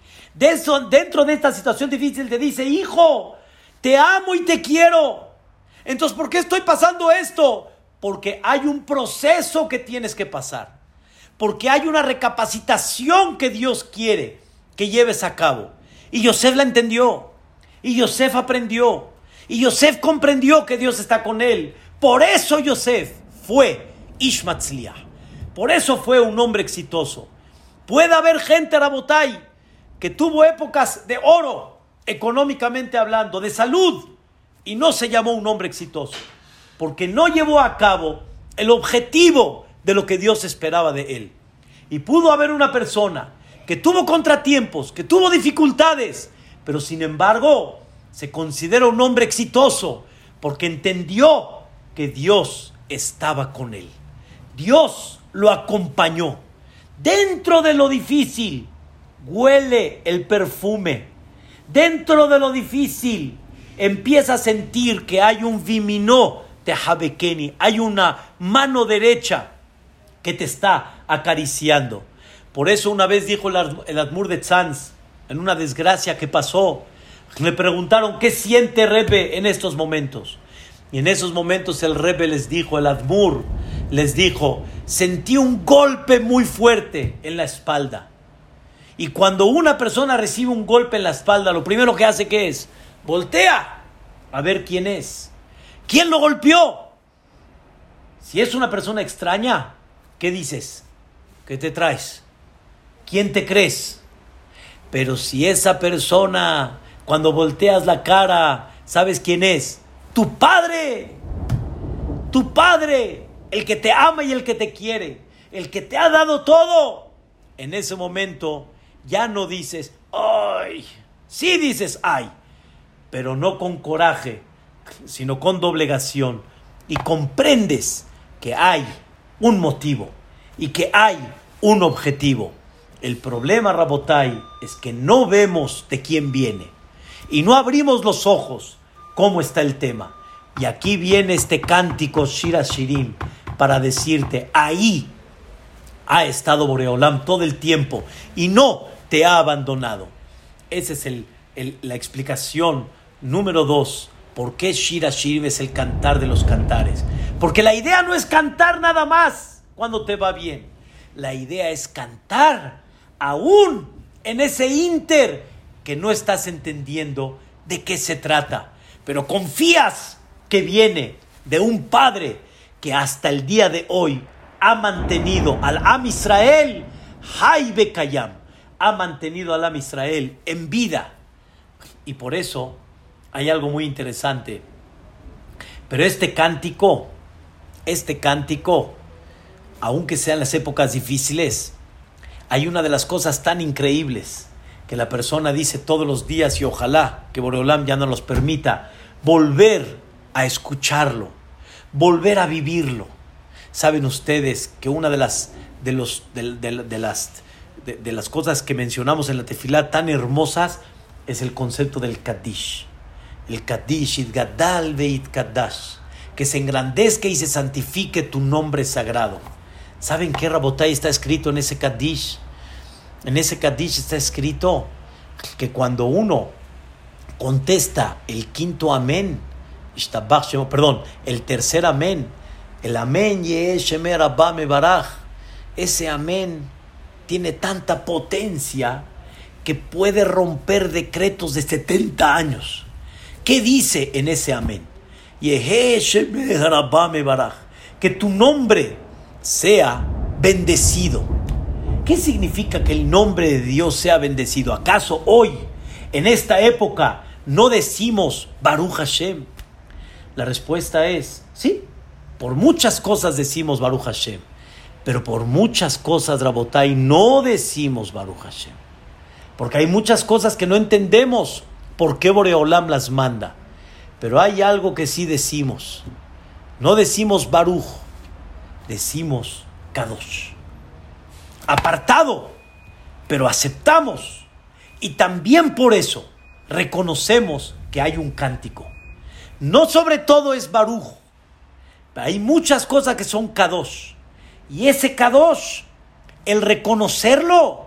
Dentro de esta situación difícil te dice: hijo, te amo y te quiero. Entonces, ¿por qué estoy pasando esto? Porque hay un proceso que tienes que pasar. Porque hay una recapacitación que Dios quiere que lleves a cabo. Y Yosef la entendió. Y Yosef aprendió. Y Yosef comprendió que Dios está con él. Por eso Yosef fue Ish Matzliach. Por eso fue un hombre exitoso. Puede haber gente, Rabotay, que tuvo épocas de oro, económicamente hablando, de salud, y no se llamó un hombre exitoso, porque no llevó a cabo el objetivo de lo que Dios esperaba de él. Y pudo haber una persona que tuvo contratiempos, que tuvo dificultades, pero sin embargo se considera un hombre exitoso, porque entendió que Dios estaba con él. Dios lo acompañó. Dentro de lo difícil, huele el perfume. Dentro de lo difícil, empieza a sentir que hay un viminó de Habekeni, hay una mano derecha que te está acariciando. Por eso una vez dijo el Admur de Tzanz, en una desgracia que pasó, le preguntaron: ¿qué siente Rebbe en estos momentos? Y en esos momentos el Rebbe les dijo, el Admur les dijo: sentí un golpe muy fuerte en la espalda. Y cuando una persona recibe un golpe en la espalda, lo primero que hace, ¿qué es? Voltea a ver quién es. ¿Quién lo golpeó? Si es una persona extraña, ¿qué dices? ¿Qué te traes? ¿Quién te crees? Pero si esa persona, cuando volteas la cara, ¿sabes quién es? ¡Tu padre! ¡Tu padre! El que te ama y el que te quiere. El que te ha dado todo. En ese momento ya no dices ¡ay! Sí dices ¡ay! Pero no con coraje, sino con doblegación. Y comprendes que hay un motivo y que hay un objetivo. El problema, Rabotay, es que no vemos de quién viene y no abrimos los ojos cómo está el tema. Y aquí viene este cántico Shira Shirim para decirte: ahí ha estado Boreolam todo el tiempo y no te ha abandonado. Esa es la explicación número 2. ¿Por qué Shira Shirim es el cantar de los cantares? Porque la idea no es cantar nada más cuando te va bien. La idea es cantar aún en ese ínter que no estás entendiendo de qué se trata. Pero confías que viene de un padre que hasta el día de hoy ha mantenido al Am Israel, Hay Bekayam, ha mantenido al Am Israel en vida. Y por eso hay algo muy interesante. Pero este cántico, aunque sean las épocas difíciles, hay una de las cosas tan increíbles que la persona dice todos los días, y ojalá que Boreolam ya nos los permita volver a escucharlo, volver a vivirlo. Saben ustedes que una de las cosas que mencionamos en la tefilá tan hermosas es el concepto del Kaddish. El Kaddish, Itgadal veItkadash, que se engrandezca y se santifique tu nombre sagrado. ¿Saben qué, Rabotay, está escrito en ese Kaddish? En ese Kaddish está escrito que cuando uno contesta el quinto amén, el tercer amén, el amén Yeheshemer Abba Mebaraj, ese amén tiene tanta potencia que puede romper decretos de 70 años. ¿Qué dice en ese amén? Yeheshemer Abba Mebaraj, que tu nombre sea bendecido, ¿Qué significa que el nombre de Dios sea bendecido? ¿Acaso hoy, en esta época, no decimos Baruch Hashem? La respuesta es sí. Por muchas cosas decimos Baruch Hashem, pero por muchas cosas, Rabotai, no decimos Baruch Hashem. Porque hay muchas cosas que no entendemos por qué Boreolam las manda. Pero hay algo que sí decimos. No decimos Baruch, decimos Kadosh. Apartado, pero aceptamos. Y también por eso reconocemos que hay un cántico. No sobre todo es Baruch. Hay muchas cosas que son Kadosh. Y ese Kadosh, el reconocerlo,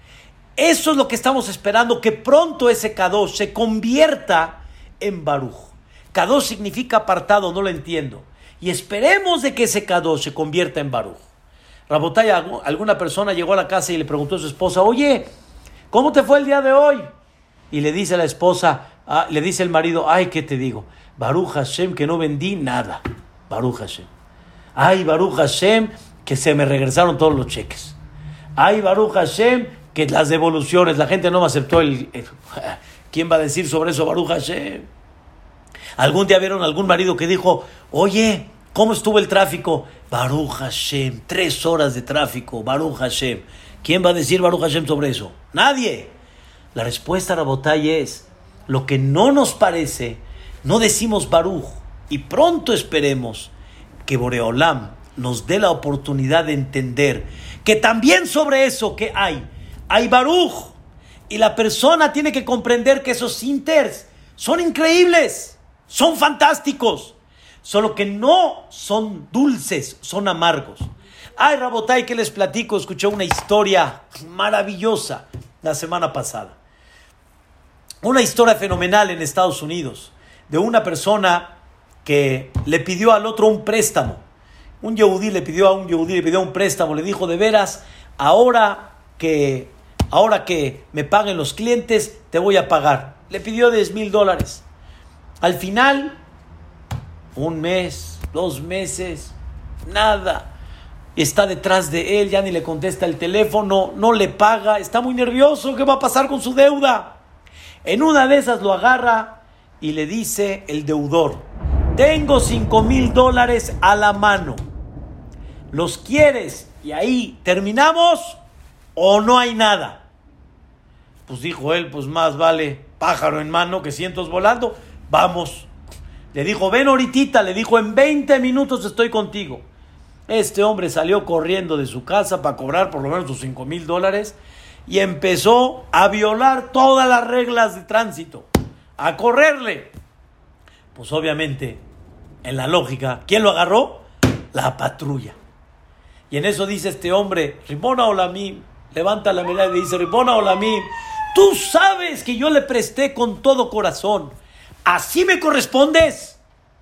eso es lo que estamos esperando, que pronto ese Kadosh se convierta en Baruch. Kadosh significa apartado, no lo entiendo. Y esperemos de que ese Kadosh se convierta en Baruch. Rabotay, alguna persona llegó a la casa y le preguntó a su esposa, oye, ¿cómo te fue el día de hoy? Y le dice la esposa, le dice el marido, ay, ¿qué te digo? Baruch Hashem, que no vendí nada. Baruch Hashem. Ay, Baruch Hashem, que se me regresaron todos los cheques. Ay, Baruch Hashem, que las devoluciones, la gente no me aceptó ¿Quién va a decir sobre eso, Baruch Hashem? Algún día vieron algún marido que dijo, oye, ¿cómo estuvo el tráfico? Baruch Hashem, 3 horas de tráfico, Baruch Hashem. ¿Quién va a decir Baruch Hashem sobre eso? Nadie. La respuesta, Rabotay, es, lo que no nos parece, no decimos Baruch. Y pronto esperemos que Boreolam nos dé la oportunidad de entender que también sobre eso que hay Baruch. Y la persona tiene que comprender que esos inters son increíbles, son fantásticos, solo que no son dulces, son amargos. Ay, Rabotay, que les platico, escuché una historia maravillosa la semana pasada. Una historia fenomenal en Estados Unidos, de una persona que le pidió al otro un préstamo. Un yehudí le pidió un préstamo, le dijo, de veras, ahora que me paguen los clientes, te voy a pagar. Le pidió $10,000. Al final, 1 mes, 2 meses, nada. Está detrás de él, ya ni le contesta el teléfono, no le paga, está muy nervioso, ¿qué va a pasar con su deuda? En una de esas lo agarra y le dice el deudor, tengo $5,000 a la mano, ¿los quieres? Y ahí terminamos o no hay nada. Pues dijo él, pues más vale pájaro en mano que cientos volando, vamos. Le dijo, ven ahorita, le dijo, en 20 minutos estoy contigo. Este hombre salió corriendo de su casa para cobrar por lo menos sus $5,000 y empezó a violar todas las reglas de tránsito, a correrle. Pues obviamente, en la lógica, ¿quién lo agarró? La patrulla. Y en eso dice este hombre, Ribona Olamim, levanta la mirada y dice, Ribona Olamim, tú sabes que yo le presté con todo corazón, ¿así me correspondes?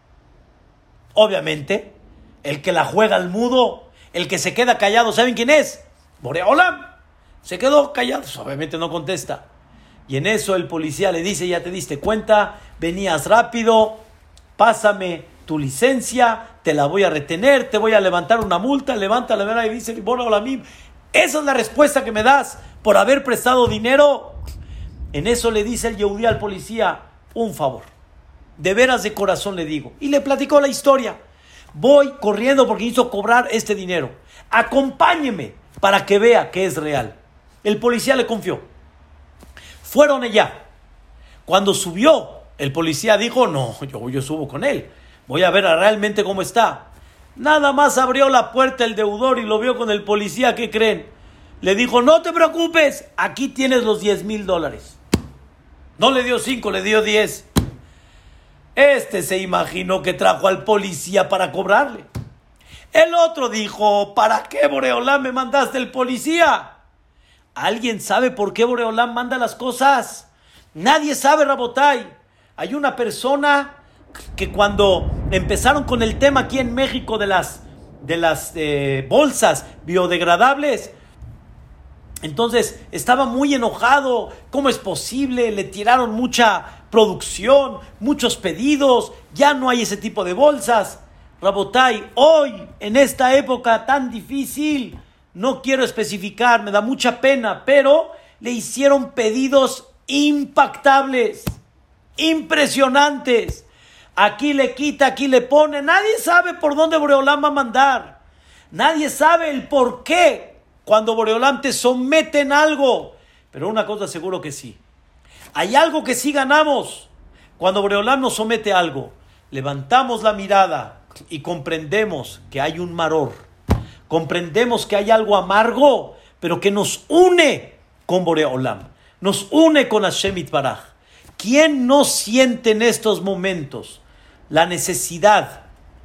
Obviamente, el que la juega al mudo, el que se queda callado, ¿saben quién es? Boreolam. Se quedó callado, pues obviamente no contesta. Y en eso el policía le dice, ya te diste cuenta, venías rápido, pásame tu licencia, te la voy a retener, te voy a levantar una multa, levanta la mano y dice, Boreolam, esa es la respuesta que me das por haber prestado dinero. En eso le dice el yehudí al policía, un favor, de veras de corazón le digo, y le platicó la historia. Voy corriendo porque hizo cobrar este dinero. Acompáñeme para que vea que es real. El policía le confió. Fueron allá. Cuando subió, el policía dijo, no, yo subo con él. Voy a ver realmente cómo está. Nada más abrió la puerta el deudor y lo vio con el policía. ¿Qué creen? Le dijo, no te preocupes, aquí tienes los $10,000. No le dio 5, le dio 10. Este se imaginó que trajo al policía para cobrarle. El otro dijo, ¿para qué, Boreolam, me mandaste el policía? ¿Alguien sabe por qué Boreolam manda las cosas? Nadie sabe, Rabotay. Hay una persona que cuando empezaron con el tema aquí en México de las bolsas biodegradables, entonces estaba muy enojado. ¿Cómo es posible? Le tiraron mucha producción, muchos pedidos, ya no hay ese tipo de bolsas. Rabotay, hoy, en esta época tan difícil, no quiero especificar, me da mucha pena, pero le hicieron pedidos impactables, impresionantes. Aquí le quita, aquí le pone. Nadie sabe por dónde Boreolam va a mandar. Nadie sabe el por qué cuando Boreolam te somete en algo. Pero una cosa seguro que sí. Hay algo que sí ganamos cuando Boreolam nos somete a algo. Levantamos la mirada y comprendemos que hay un maror. Comprendemos que hay algo amargo, pero que nos une con Boreolam. Nos une con Hashem Yitbaraj. ¿Quién no siente en estos momentos la necesidad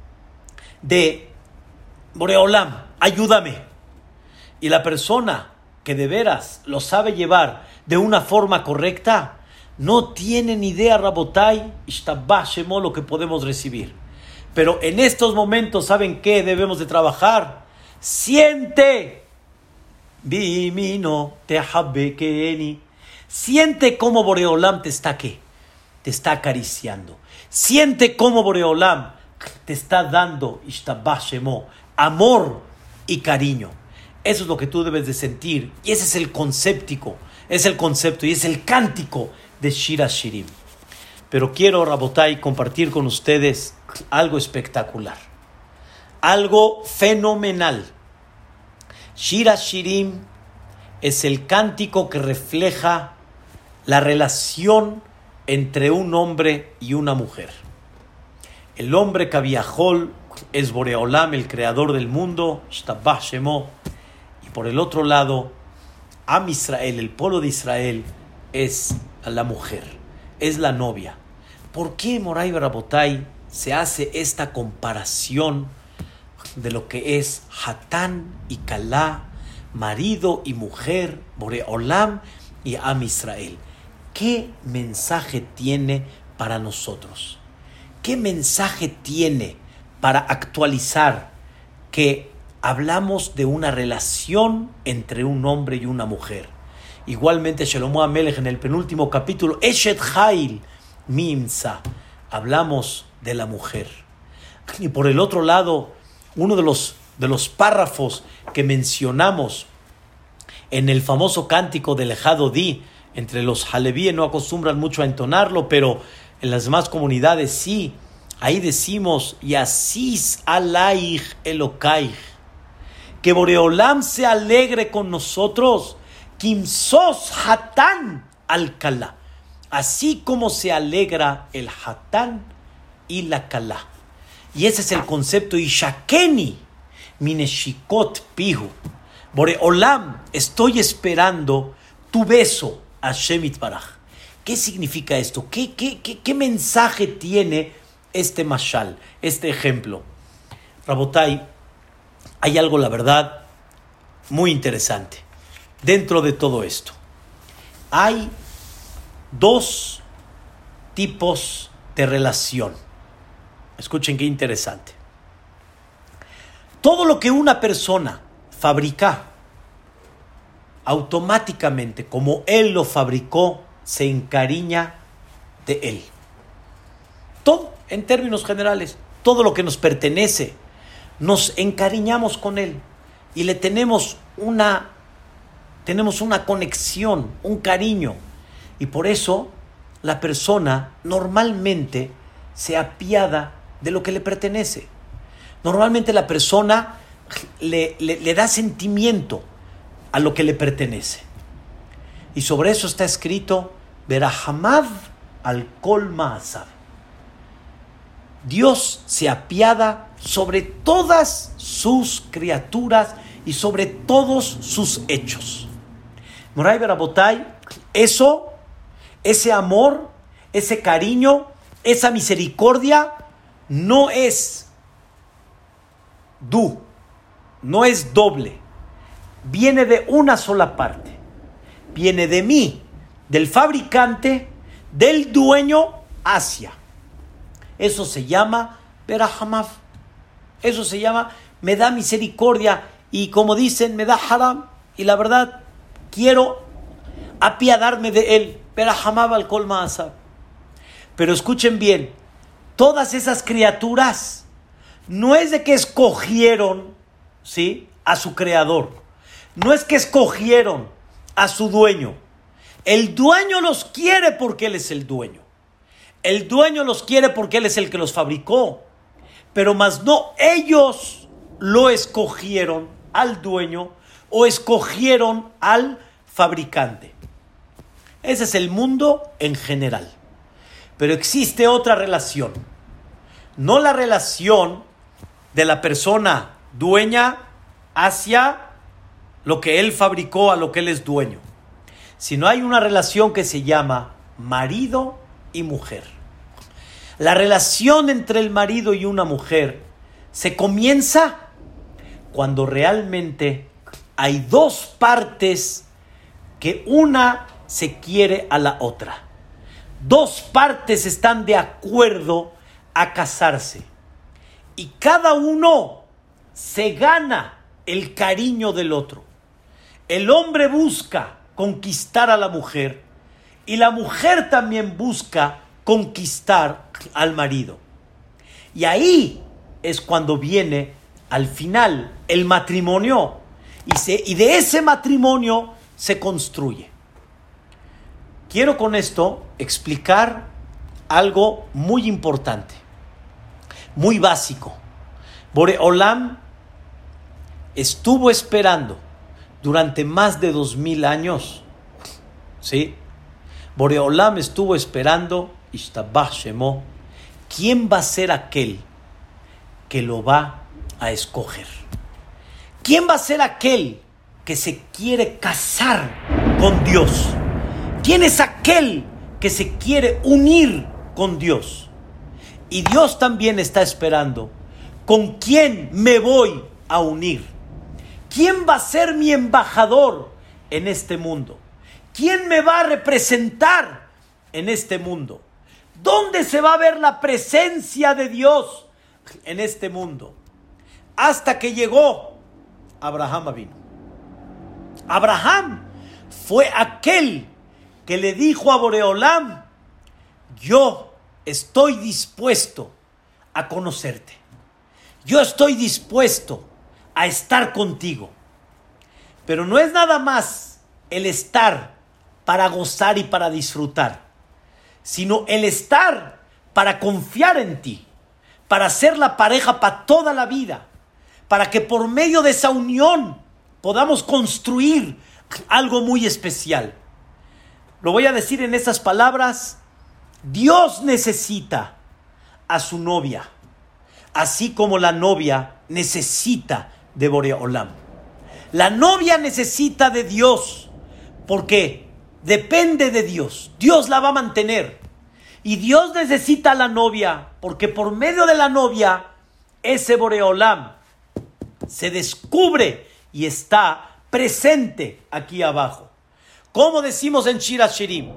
de Boreolam, ayúdame? Y la persona que de veras lo sabe llevar de una forma correcta, no tiene ni idea, Rabotai, Ishtabah Shemo, lo que podemos recibir. Pero en estos momentos, ¿saben qué debemos de trabajar? Siente, Bimino Tehabekeni. Siente cómo Boreolam te está ¿qué? Te está acariciando. Siente cómo Boreolam te está dando Ishtabah Shemo, amor y cariño. Eso es lo que tú debes de sentir. Y ese es el concepto y es el cántico de Shir HaShirim. Pero quiero, Rabotai, compartir con ustedes algo espectacular, algo fenomenal. Shir HaShirim es el cántico que refleja la relación entre un hombre y una mujer. El hombre Kaviahol es Boreolam, el creador del mundo, Ishtabah Shemo, y por el otro lado, Am Israel, el pueblo de Israel, es la mujer, es la novia. ¿Por qué, Moray Barabotay, se hace esta comparación de lo que es Hatán y Kalá, marido y mujer, Boreolam y Am Israel? ¿Qué mensaje tiene para nosotros? ¿Qué mensaje tiene para actualizar que hablamos de una relación entre un hombre y una mujer? Igualmente, Shlomo HaMelech en el penúltimo capítulo, Eshet Hail Mimsa, hablamos de la mujer. Y por el otro lado, uno de los párrafos que mencionamos en el famoso cántico del Ejado Di, entre los Halevíes no acostumbran mucho a entonarlo, pero en las demás comunidades sí. Ahí decimos, Yasis alaich Elokaich, que Boreolam se alegre con nosotros, Kimsos Hatán al Kalá, así como se alegra el Hatán y la Kalá. Y ese es el concepto, Ishakeni Mineshikot Pihu. Boreolam, estoy esperando tu beso, Hashem Yitbaraj. ¿Qué significa esto? ¿Qué mensaje tiene este mashal, este ejemplo? Rabotai, hay algo, la verdad, muy interesante dentro de todo esto. Hay dos tipos de relación. Escuchen qué interesante. Todo lo que una persona fabrica, automáticamente, como él lo fabricó, se encariña de él. Todo, en términos generales, todo lo que nos pertenece, nos encariñamos con él y le tenemos una conexión, un cariño. Y por eso la persona normalmente se apiada de lo que le pertenece. Normalmente la persona le da sentimiento a lo que le pertenece. Y sobre eso está escrito, Berahamav al Kol Ma'asav. Dios se apiada sobre todas sus criaturas y sobre todos sus hechos. Moray Barabotay, ese amor, ese cariño, esa misericordia no es no es doble. Viene de una sola parte. Viene de mí, del fabricante, del dueño hacia. Eso se llama Berahamav. Eso se llama, me da misericordia. Y como dicen, me da haram. Y la verdad, quiero apiadarme de él. Berahamav al Kol Ma'asav. Pero escuchen bien, todas esas criaturas no es de que escogieron, ¿sí?, a su creador. No es que escogieron a su dueño. El dueño los quiere porque él es el dueño. El dueño los quiere porque él es el que los fabricó. Pero más no ellos lo escogieron al dueño o escogieron al fabricante. Ese es el mundo en general. Pero existe otra relación. No la relación de la persona dueña hacia lo que él fabricó, a lo que él es dueño. Sino hay una relación que se llama marido y mujer. La relación entre el marido y una mujer se comienza cuando realmente hay dos partes que una se quiere a la otra. Dos partes están de acuerdo a casarse y cada uno se gana el cariño del otro. El hombre busca conquistar a la mujer y la mujer también busca conquistar al marido. Y ahí es cuando viene al final el matrimonio y de ese matrimonio se construye. Quiero con esto explicar algo muy importante, muy básico. Boreolam estuvo esperando durante más de 2000 años, ¿sí? Boreolam estuvo esperando, Ishtabach Shemo, ¿quién va a ser aquel que lo va a escoger? ¿Quién va a ser aquel que se quiere casar con Dios? ¿Quién es aquel que se quiere unir con Dios? Y Dios también está esperando, ¿con quién me voy a unir? ¿Quién va a ser mi embajador en este mundo? ¿Quién me va a representar en este mundo? ¿Dónde se va a ver la presencia de Dios en este mundo? Hasta que llegó Abraham Avinu. Abraham fue aquel que le dijo a Boreolam: yo estoy dispuesto a conocerte. Yo estoy dispuesto a estar contigo. Pero no es nada más el estar para gozar y para disfrutar, sino el estar para confiar en ti, para ser la pareja para toda la vida, para que por medio de esa unión podamos construir algo muy especial. Lo voy a decir en esas palabras: Dios necesita a su novia, así como la novia necesita de Boreolam. La novia necesita de Dios porque depende de Dios. Dios la va a mantener. Y Dios necesita a la novia porque por medio de la novia ese Boreolam se descubre y está presente aquí abajo. Como decimos en Shir HaShirim,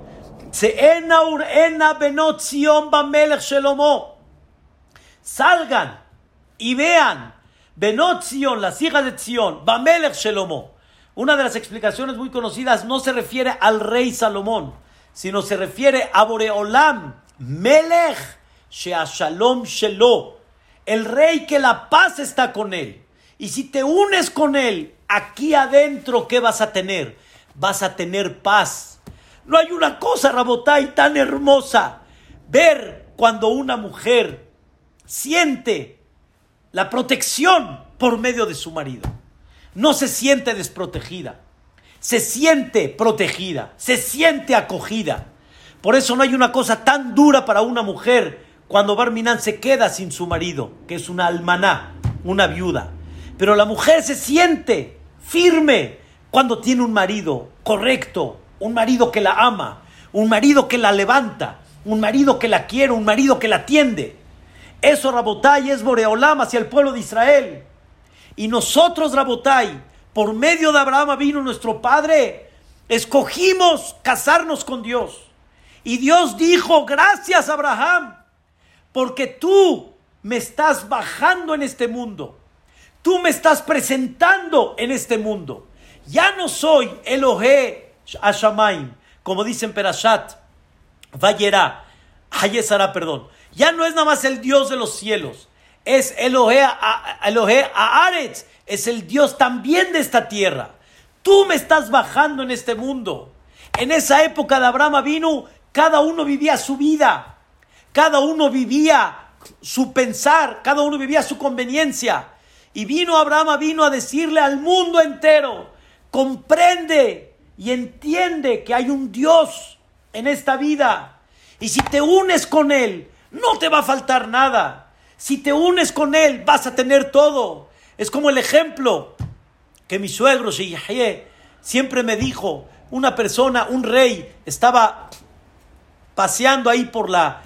salgan y vean Benot Zion, las hijas de Zion, Bamelech Shelomo. Una de las explicaciones muy conocidas no se refiere al rey Salomón, sino se refiere a Boreolam, Melech Sheashalom Shelo, el rey que la paz está con él. Y si te unes con él, aquí adentro, ¿qué vas a tener? Vas a tener paz. No hay una cosa, Rabotai, tan hermosa. Ver cuando una mujer siente la protección por medio de su marido. No se siente desprotegida. Se siente protegida. Se siente acogida. Por eso no hay una cosa tan dura para una mujer cuando Barminan se queda sin su marido, que es una almaná, una viuda. Pero la mujer se siente firme cuando tiene un marido correcto, un marido que la ama, un marido que la levanta, un marido que la quiere, un marido que la atiende. Eso, Rabotai, es Boreolam hacia el pueblo de Israel. Y nosotros, Rabotai, por medio de Abraham vino nuestro padre, escogimos casarnos con Dios. Y Dios dijo: gracias, Abraham, porque tú me estás bajando en este mundo. Tú me estás presentando en este mundo. Ya no soy Elohe Hashamayim, como dice en Perashat Vayera, Hayesara, perdón. Ya no es nada más el Dios de los cielos, es Elohe Haaretz, es el Dios también de esta tierra. Tú me estás bajando en este mundo. En esa época de Abraham Avinu, cada uno vivía su vida. Cada uno vivía su pensar, cada uno vivía su conveniencia. Y vino Abraham Avinu a decirle al mundo entero, comprende y entiende que hay un Dios en esta vida. Y si te unes con Él, no te va a faltar nada. Si te unes con Él, vas a tener todo. Es como el ejemplo que mi suegro Sheyahye siempre me dijo. Una persona, un rey, estaba paseando ahí por la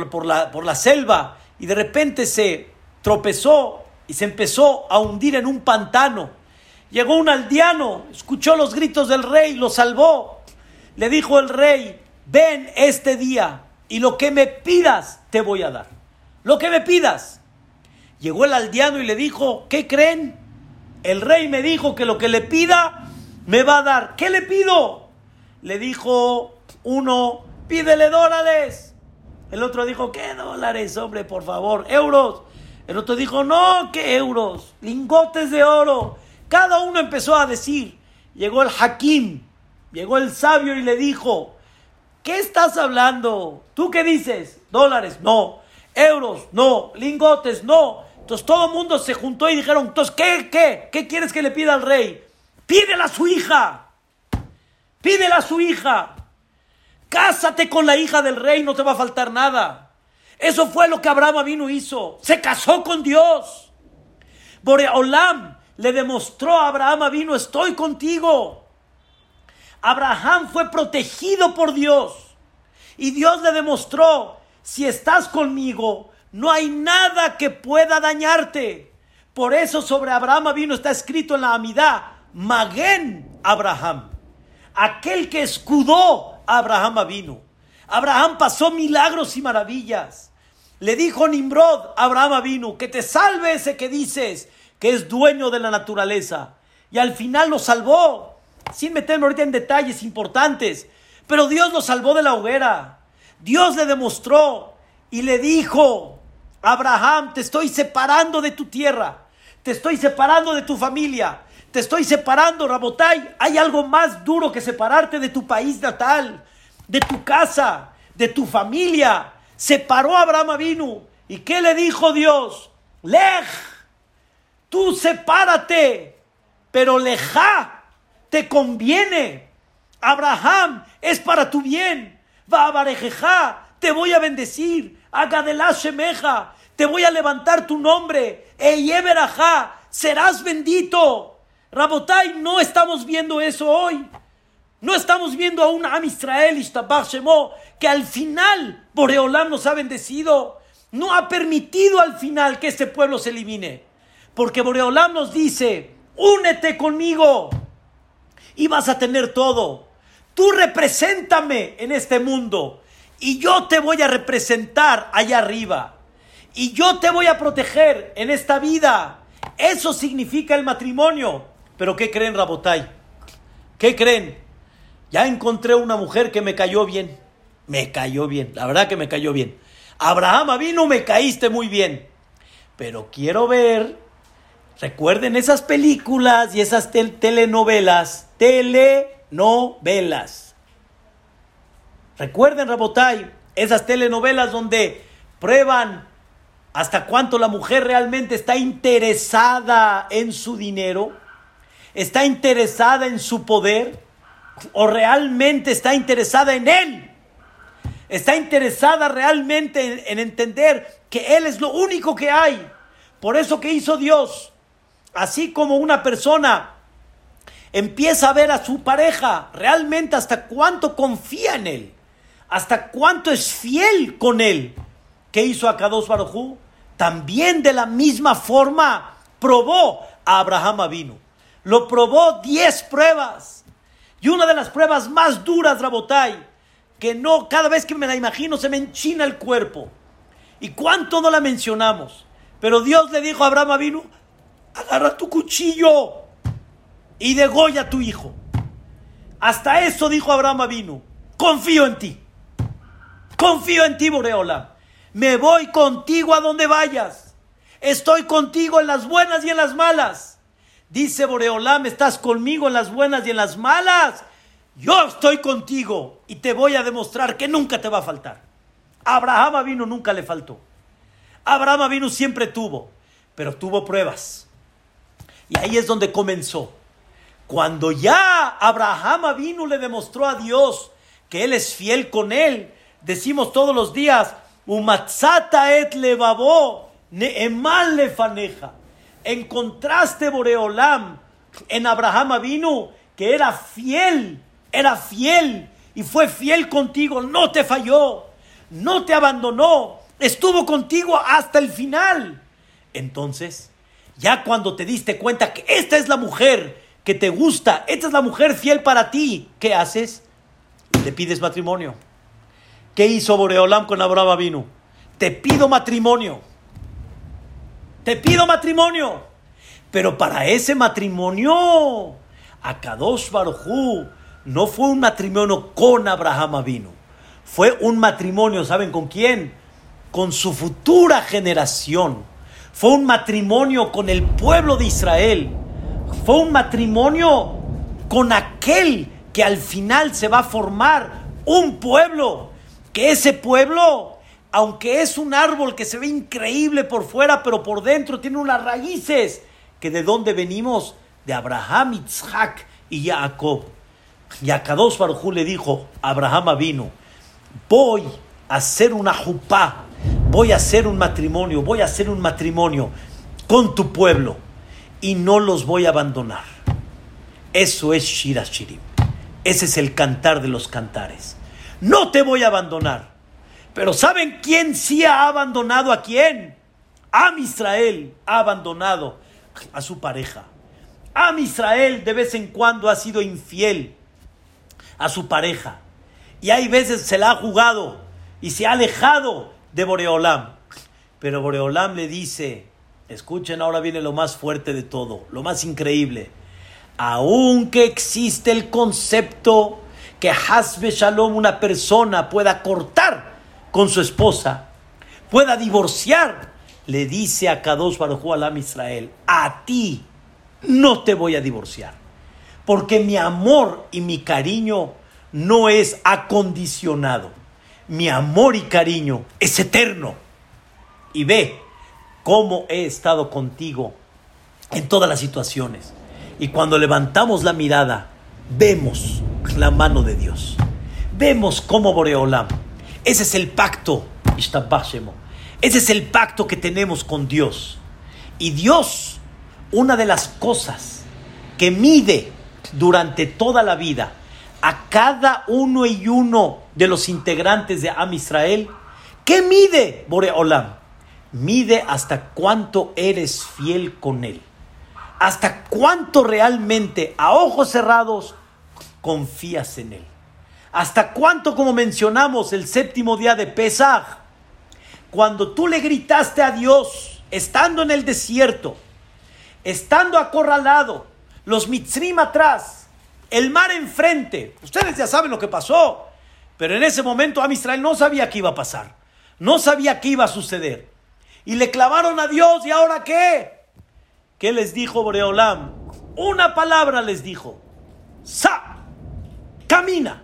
selva y de repente se tropezó y se empezó a hundir en un pantano. Llegó un aldeano, escuchó los gritos del rey, lo salvó. Le dijo el rey, ven este día y lo que me pidas te voy a dar. Lo que me pidas. Llegó el aldeano y le dijo, ¿qué creen? El rey me dijo que lo que le pida me va a dar. ¿Qué le pido? Le dijo uno, pídele dólares. El otro dijo, ¿qué dólares, hombre, por favor? Euros. El otro dijo, no, ¿qué euros? Lingotes de oro. Cada uno empezó a decir. Llegó el Hakim, llegó el sabio y le dijo, ¿qué estás hablando? ¿Tú qué dices? Dólares, no. Euros, no. Lingotes, no. Entonces todo el mundo se juntó y dijeron, entonces, ¿Qué quieres que le pida al rey? Pídele a su hija. Pídele a su hija. Cásate con la hija del rey, no te va a faltar nada. Eso fue lo que Abraham Avinu hizo. Se casó con Dios. Boreolam le demostró a Abraham Avinu, estoy contigo. Abraham fue protegido por Dios. Y Dios le demostró, si estás conmigo, no hay nada que pueda dañarte. Por eso sobre Abraham Avinu está escrito en la Amidá, Magén Abraham. Aquel que escudó a Abraham Avinu. Abraham pasó milagros y maravillas. Le dijo Nimrod a Abraham Avinu, que te salve ese que dices que es dueño de la naturaleza. Y al final lo salvó, sin meterme ahorita en detalles importantes. Pero Dios lo salvó de la hoguera. Dios le demostró y le dijo, Abraham, te estoy separando de tu tierra. Te estoy separando de tu familia. Te estoy separando, Rabotai. Hay algo más duro que separarte de tu país natal, de tu casa, de tu familia. Separó a Abraham Avinu. ¿Y qué le dijo Dios? Lej, tú sepárate, pero lejá te conviene. Abraham, es para tu bien. Va a Barejeja, te voy a bendecir. Agadelá Shemeja, te voy a levantar tu nombre. Eyeberajá, serás bendito. Rabotai, no estamos viendo eso hoy. No estamos viendo a un Am Israel, Ishtabach Shemo, que al final Boreolam nos ha bendecido. No ha permitido al final que este pueblo se elimine. Porque Boreolam nos dice, únete conmigo y vas a tener todo. Tú represéntame en este mundo y yo te voy a representar allá arriba. Y yo te voy a proteger en esta vida. Eso significa el matrimonio. Pero ¿qué creen, Rabotai? ¿Qué creen? Ya encontré una mujer que me cayó bien. Me cayó bien, la verdad que me cayó bien. Abraham Avinu, me caíste muy bien. Pero quiero ver, recuerden esas películas y esas telenovelas. Recuerden, Rabotai, esas telenovelas donde prueban hasta cuánto la mujer realmente está interesada en su dinero, está interesada en su poder, o realmente está interesada en él. Está interesada realmente en entender que él es lo único que hay. Por eso que hizo Dios. Así como una persona empieza a ver a su pareja realmente hasta cuánto confía en él, hasta cuánto es fiel con él. ¿Qué hizo Akadosh Baruj Hu? También de la misma forma probó a Abraham Avinu. Lo probó 10 pruebas. Y una de las pruebas más duras, Rabotai, que no, cada vez que me la imagino se me enchina el cuerpo. ¿Y cuánto no la mencionamos? Pero Dios le dijo a Abraham Avinu, agarra tu cuchillo y degolla a tu hijo. Hasta eso dijo Abraham Avinu, confío en ti. Confío en ti, Boreola. Me voy contigo a donde vayas. Estoy contigo en las buenas y en las malas. Dice Boreolam, estás conmigo en las buenas y en las malas. Yo estoy contigo y te voy a demostrar que nunca te va a faltar. A Abraham Avinu nunca le faltó. Abraham Avinu siempre tuvo, pero tuvo pruebas. Y ahí es donde comenzó. Cuando ya Abraham Avinu le demostró a Dios que Él es fiel con él, decimos todos los días, Umatzata et levavo ne'eman lefaneja. Encontraste Boreolam en Abraham Avinu, que era fiel y fue fiel contigo, no te falló, no te abandonó, estuvo contigo hasta el final. Entonces, ya cuando te diste cuenta que esta es la mujer que te gusta, esta es la mujer fiel para ti, ¿qué haces? Le pides matrimonio. ¿Qué hizo Boreolam con Abraham Avinu? Te pido matrimonio. Pero para ese matrimonio, Akadosh Baruj Hu no fue un matrimonio con Abraham Avinu. Fue un matrimonio, ¿saben con quién? Con su futura generación. Fue un matrimonio con el pueblo de Israel. Fue un matrimonio con aquel que al final se va a formar un pueblo. Que ese pueblo, aunque es un árbol que se ve increíble por fuera, pero por dentro tiene unas raíces. Que de dónde venimos? De Abraham, Isaac y Jacob. Y Akadosh Baruj Hu le dijo a Abraham Avinu, voy a hacer una jupá, voy a hacer un matrimonio con tu pueblo y no los voy a abandonar. Eso es Shir HaShirim. Ese es el cantar de los cantares. No te voy a abandonar. Pero ¿saben quién sí ha abandonado a quién? Am Israel ha abandonado a su pareja. Am Israel de vez en cuando ha sido infiel a su pareja. Y hay veces se la ha jugado y se ha alejado de Boreolam. Pero Boreolam le dice, escuchen, ahora viene lo más fuerte de todo, lo más increíble. Aunque existe el concepto que Hasbe Shalom, una persona pueda cortar con su esposa, pueda divorciar, le dice a Kadosh Baruj Hu Alam Israel, a ti no te voy a divorciar, porque mi amor y mi cariño no es acondicionado. Mi amor y cariño es eterno. Y ve cómo he estado contigo en todas las situaciones. Y cuando levantamos la mirada, vemos la mano de Dios. Vemos cómo Boreolam. Ese es el pacto, ese es el pacto que tenemos con Dios. Y Dios, una de las cosas que mide durante toda la vida a cada uno y uno de los integrantes de Am Israel, ¿qué mide Boreolam? Mide hasta cuánto eres fiel con él. Hasta cuánto realmente, a ojos cerrados, confías en él. Hasta cuánto, como mencionamos el séptimo día de Pesaj, cuando tú le gritaste a Dios, estando en el desierto, estando acorralado, los mitzrim atrás, el mar enfrente. Ustedes ya saben lo que pasó, pero en ese momento Am Israel no sabía qué iba a pasar, no sabía qué iba a suceder. Y le clamaron a Dios, ¿y ahora qué? ¿Qué les dijo Boreolam? Una palabra les dijo: Sa, camina,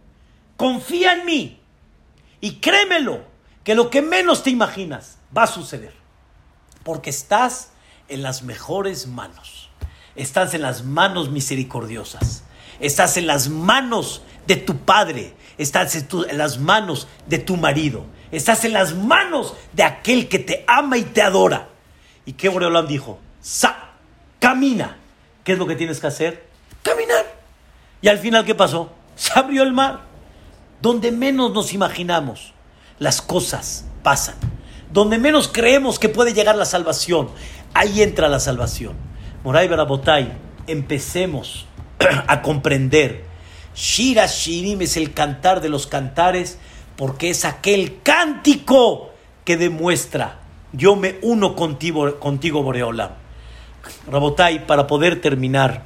confía en mí y créemelo, que lo que menos te imaginas va a suceder, porque estás en las mejores manos, estás en las manos misericordiosas, estás en las manos de tu padre, estás en las manos de tu marido, estás en las manos de aquel que te ama y te adora. ¿Y qué Boreolam dijo? Sa, camina. ¿Qué es lo que tienes que hacer? Caminar. Y al final, ¿qué pasó? Se abrió el mar. Donde menos nos imaginamos, las cosas pasan. Donde menos creemos que puede llegar la salvación, ahí entra la salvación. Moray Barabotay, empecemos a comprender. Shir HaShirim es el cantar de los cantares, porque es aquel cántico que demuestra: yo me uno contigo Boreolam. Rabotay, para poder terminar,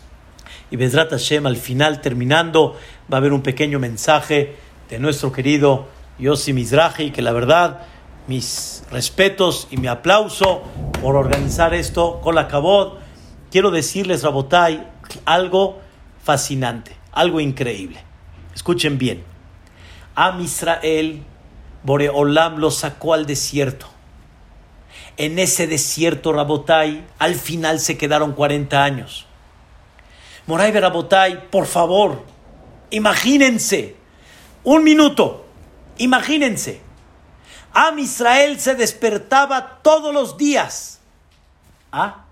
y Bezrat Hashem, al final terminando, va a haber un pequeño mensaje de nuestro querido Yossi Mizrahi, que la verdad, mis respetos y mi aplauso por organizar esto con la Kabod. quiero decirles, Rabotai, algo fascinante, algo increíble. Escuchen bien. Am Israel, Boreolam lo sacó al desierto. En ese desierto, Rabotai, al final se quedaron 40 años. Moray Rabotai, por favor, imagínense, un minuto, imagínense. Am Israel se despertaba todos los días. ¿A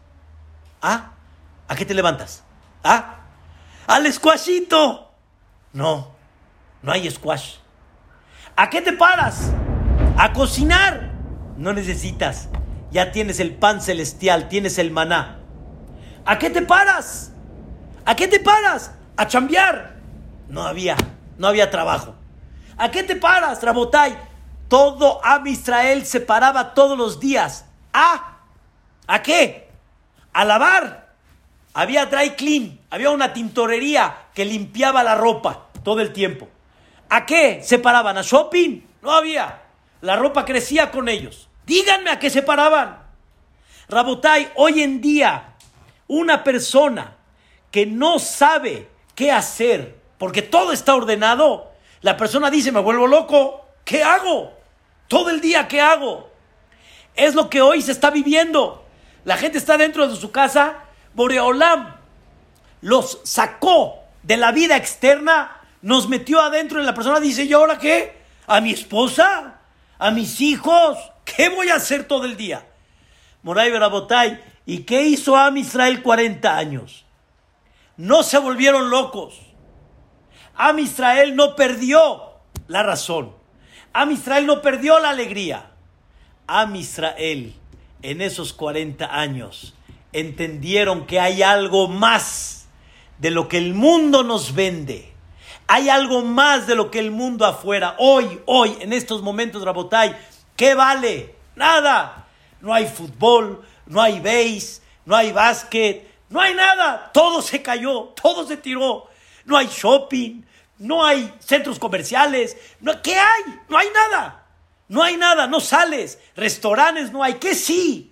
qué te levantas? Al squashito. No hay squash. ¿A qué te paras? A cocinar. No necesitas. Ya tienes el pan celestial, tienes el maná. ¿A qué te paras? ¿A qué te paras? A chambear. No había trabajo. ¿A qué te paras, Rabotai? Todo Am Israel se paraba todos los días. ¿A qué? A lavar. Había dry clean, había una tintorería que limpiaba la ropa todo el tiempo. ¿A qué se paraban? ¿A shopping? No había. La ropa crecía con ellos. Díganme a qué se paraban. Rabotai, hoy en día, una persona que no sabe qué hacer porque todo está ordenado, la persona dice, me vuelvo loco. ¿Qué hago? Todo el día, ¿qué hago? Es lo que hoy se está viviendo. La gente está dentro de su casa. Boreolam los sacó de la vida externa, nos metió adentro y la persona dice, ¿y ahora qué? ¿A mi esposa? ¿A mis hijos? ¿Qué voy a hacer todo el día? Moray Rabotai, ¿y qué hizo Am Israel 40 años? No se volvieron locos. Am Israel no perdió la razón. Am Israel no perdió la alegría. Am Israel en esos 40 años entendieron que hay algo más de lo que el mundo nos vende. Hay algo más de lo que el mundo afuera. Hoy, en estos momentos, Rabotai, ¿qué vale? Nada. No hay fútbol, no hay béis, no hay básquet, no hay nada. Todo se cayó, todo se tiró. No hay shopping, no hay centros comerciales. ¿Qué hay? No hay nada. No hay nada, no sales. Restaurantes no hay. ¿Qué sí?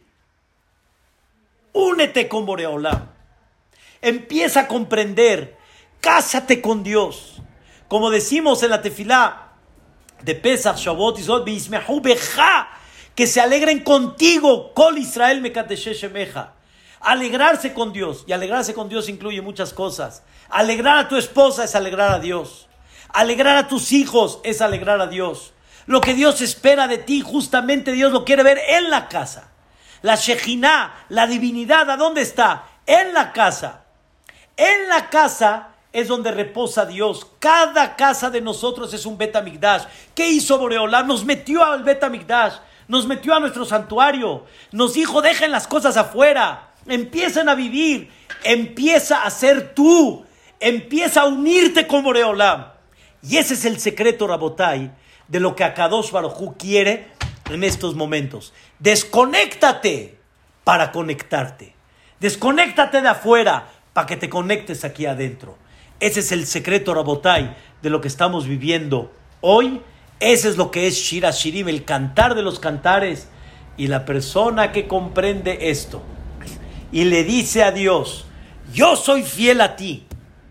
Únete con Boreolam. Empieza a comprender. Cásate con Dios. Como decimos en la tefilá de Pesach, Shavuot y Zot, Bismehu beja, que se alegren contigo, Kol Israel mekadeshe shemeja. Alegrarse con Dios. Y alegrarse con Dios incluye muchas cosas. Alegrar a tu esposa es alegrar a Dios. Alegrar a tus hijos es alegrar a Dios. Lo que Dios espera de ti, justamente Dios lo quiere ver en la casa. La Shejiná, la divinidad, ¿a dónde está? En la casa. En la casa es donde reposa Dios. Cada casa de nosotros es un Bet HaMikdash. ¿Qué hizo Boreolam? Nos metió al Bet HaMikdash. Nos metió a nuestro santuario. Nos dijo, dejen las cosas afuera. Empiecen a vivir. Empieza a ser tú. Empieza a unirte con Boreolam. Y ese es el secreto, Rabotai, de lo que Akadosh Baruj Hu quiere en estos momentos. Desconéctate para conectarte. Desconéctate de afuera para que te conectes aquí adentro. Ese es el secreto, Rabotai, de lo que estamos viviendo hoy. Ese es lo que es Shir HaShirim, el cantar de los cantares. Y la persona que comprende esto y le dice a Dios, yo soy fiel a ti,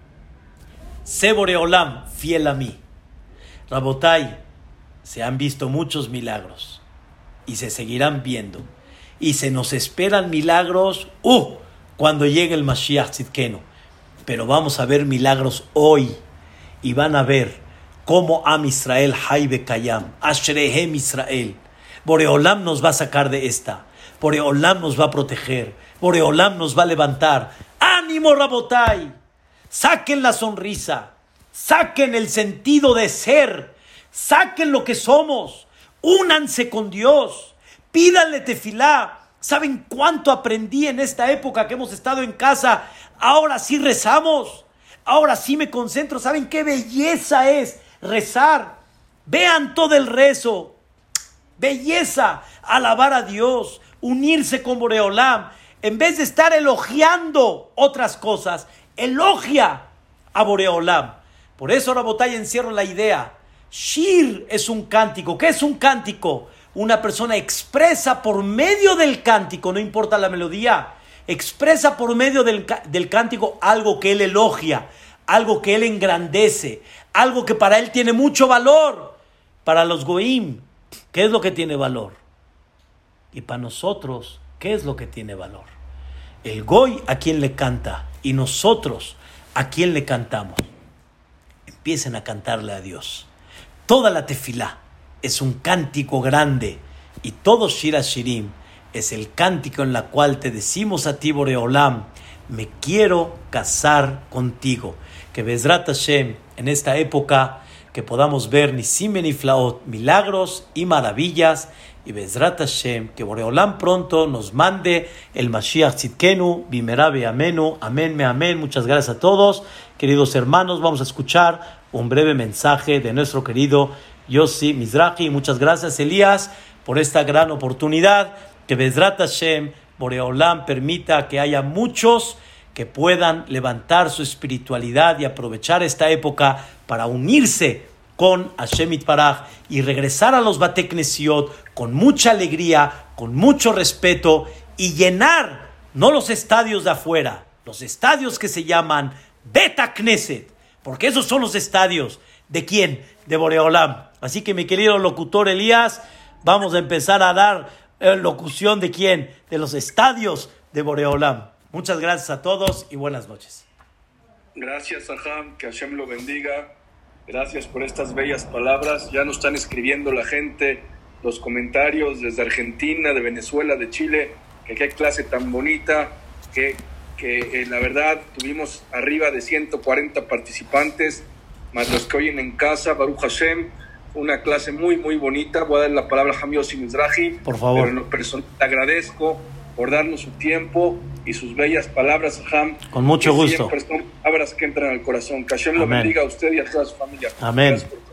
sé Boreolam fiel a mí. Rabotai, se han visto muchos milagros y se seguirán viendo. Y se nos esperan milagros cuando llegue el Mashiach Tzidkenu. Pero vamos a ver milagros hoy. Y van a ver cómo Am Israel Hay Bekayam, Ashrehem Israel. Boreolam nos va a sacar de esta. Boreolam nos va a proteger. Boreolam nos va a levantar. ¡Ánimo, Rabotai! Saquen la sonrisa. Saquen el sentido de ser. Saquen lo que somos. Únanse con Dios. Pídanle tefilá. ¿Saben cuánto aprendí en esta época que hemos estado en casa? Ahora sí rezamos. Ahora sí me concentro. ¿Saben qué belleza es rezar? Vean todo el rezo. Belleza. Alabar a Dios. Unirse con Boreolam. En vez de estar elogiando otras cosas, elogia a Boreolam. Por eso, Rabotai, encierro la idea. Shir es un cántico. ¿Qué es un cántico? Una persona expresa por medio del cántico, no importa la melodía, expresa por medio del cántico algo que él elogia, algo que él engrandece, algo que para él tiene mucho valor. Para los goim, ¿qué es lo que tiene valor? Y para nosotros, ¿qué es lo que tiene valor? El goy a quien le canta y nosotros a quien le cantamos. Empiecen a cantarle a Dios. Toda la tefilá es un cántico grande y todo Shir Hashirim es el cántico en la cual te decimos a ti, Boreolam, me quiero casar contigo. Que Bezrat Hashem, en esta época, que podamos ver Nisim Beniflaot, milagros y maravillas, y Bezrat Hashem, que Boreolam pronto nos mande el Mashiach Tzidkenu, Bimera Be'amenu, amén, me amén. Muchas gracias a todos, queridos hermanos. Vamos a escuchar un breve mensaje de nuestro querido Yossi Mizrahi. Muchas gracias, Elías, por esta gran oportunidad. Que Bezrat Hashem, Boreolam permita que haya muchos que puedan levantar su espiritualidad y aprovechar esta época para unirse con Hashem Yitbaraj y regresar a los Batei Knesiot con mucha alegría, con mucho respeto y llenar, no los estadios de afuera, los estadios que se llaman Bet HaKnesset, porque esos son los estadios. ¿De quién? De Boreolam. Así que, mi querido locutor Elías, vamos a empezar a dar locución de quién, de los estadios de Boreolam. Muchas gracias a todos y buenas noches. Gracias, Aham, que Hashem lo bendiga. Gracias por estas bellas palabras. Ya nos están escribiendo la gente, los comentarios desde Argentina, de Venezuela, de Chile, que qué clase tan bonita, que la verdad tuvimos arriba de 140 participantes, más los que oyen en casa, Baruch Hashem, una clase muy, muy bonita. Voy a dar la palabra a Ham Yossi Mizrahi. Por favor. Pero en lo personal te agradezco por darnos su tiempo y sus bellas palabras, Ham. Con mucho gusto. Siempre son palabras que entran al corazón. Que Hashem lo bendiga a usted y a toda su familia. Amén. Gracias.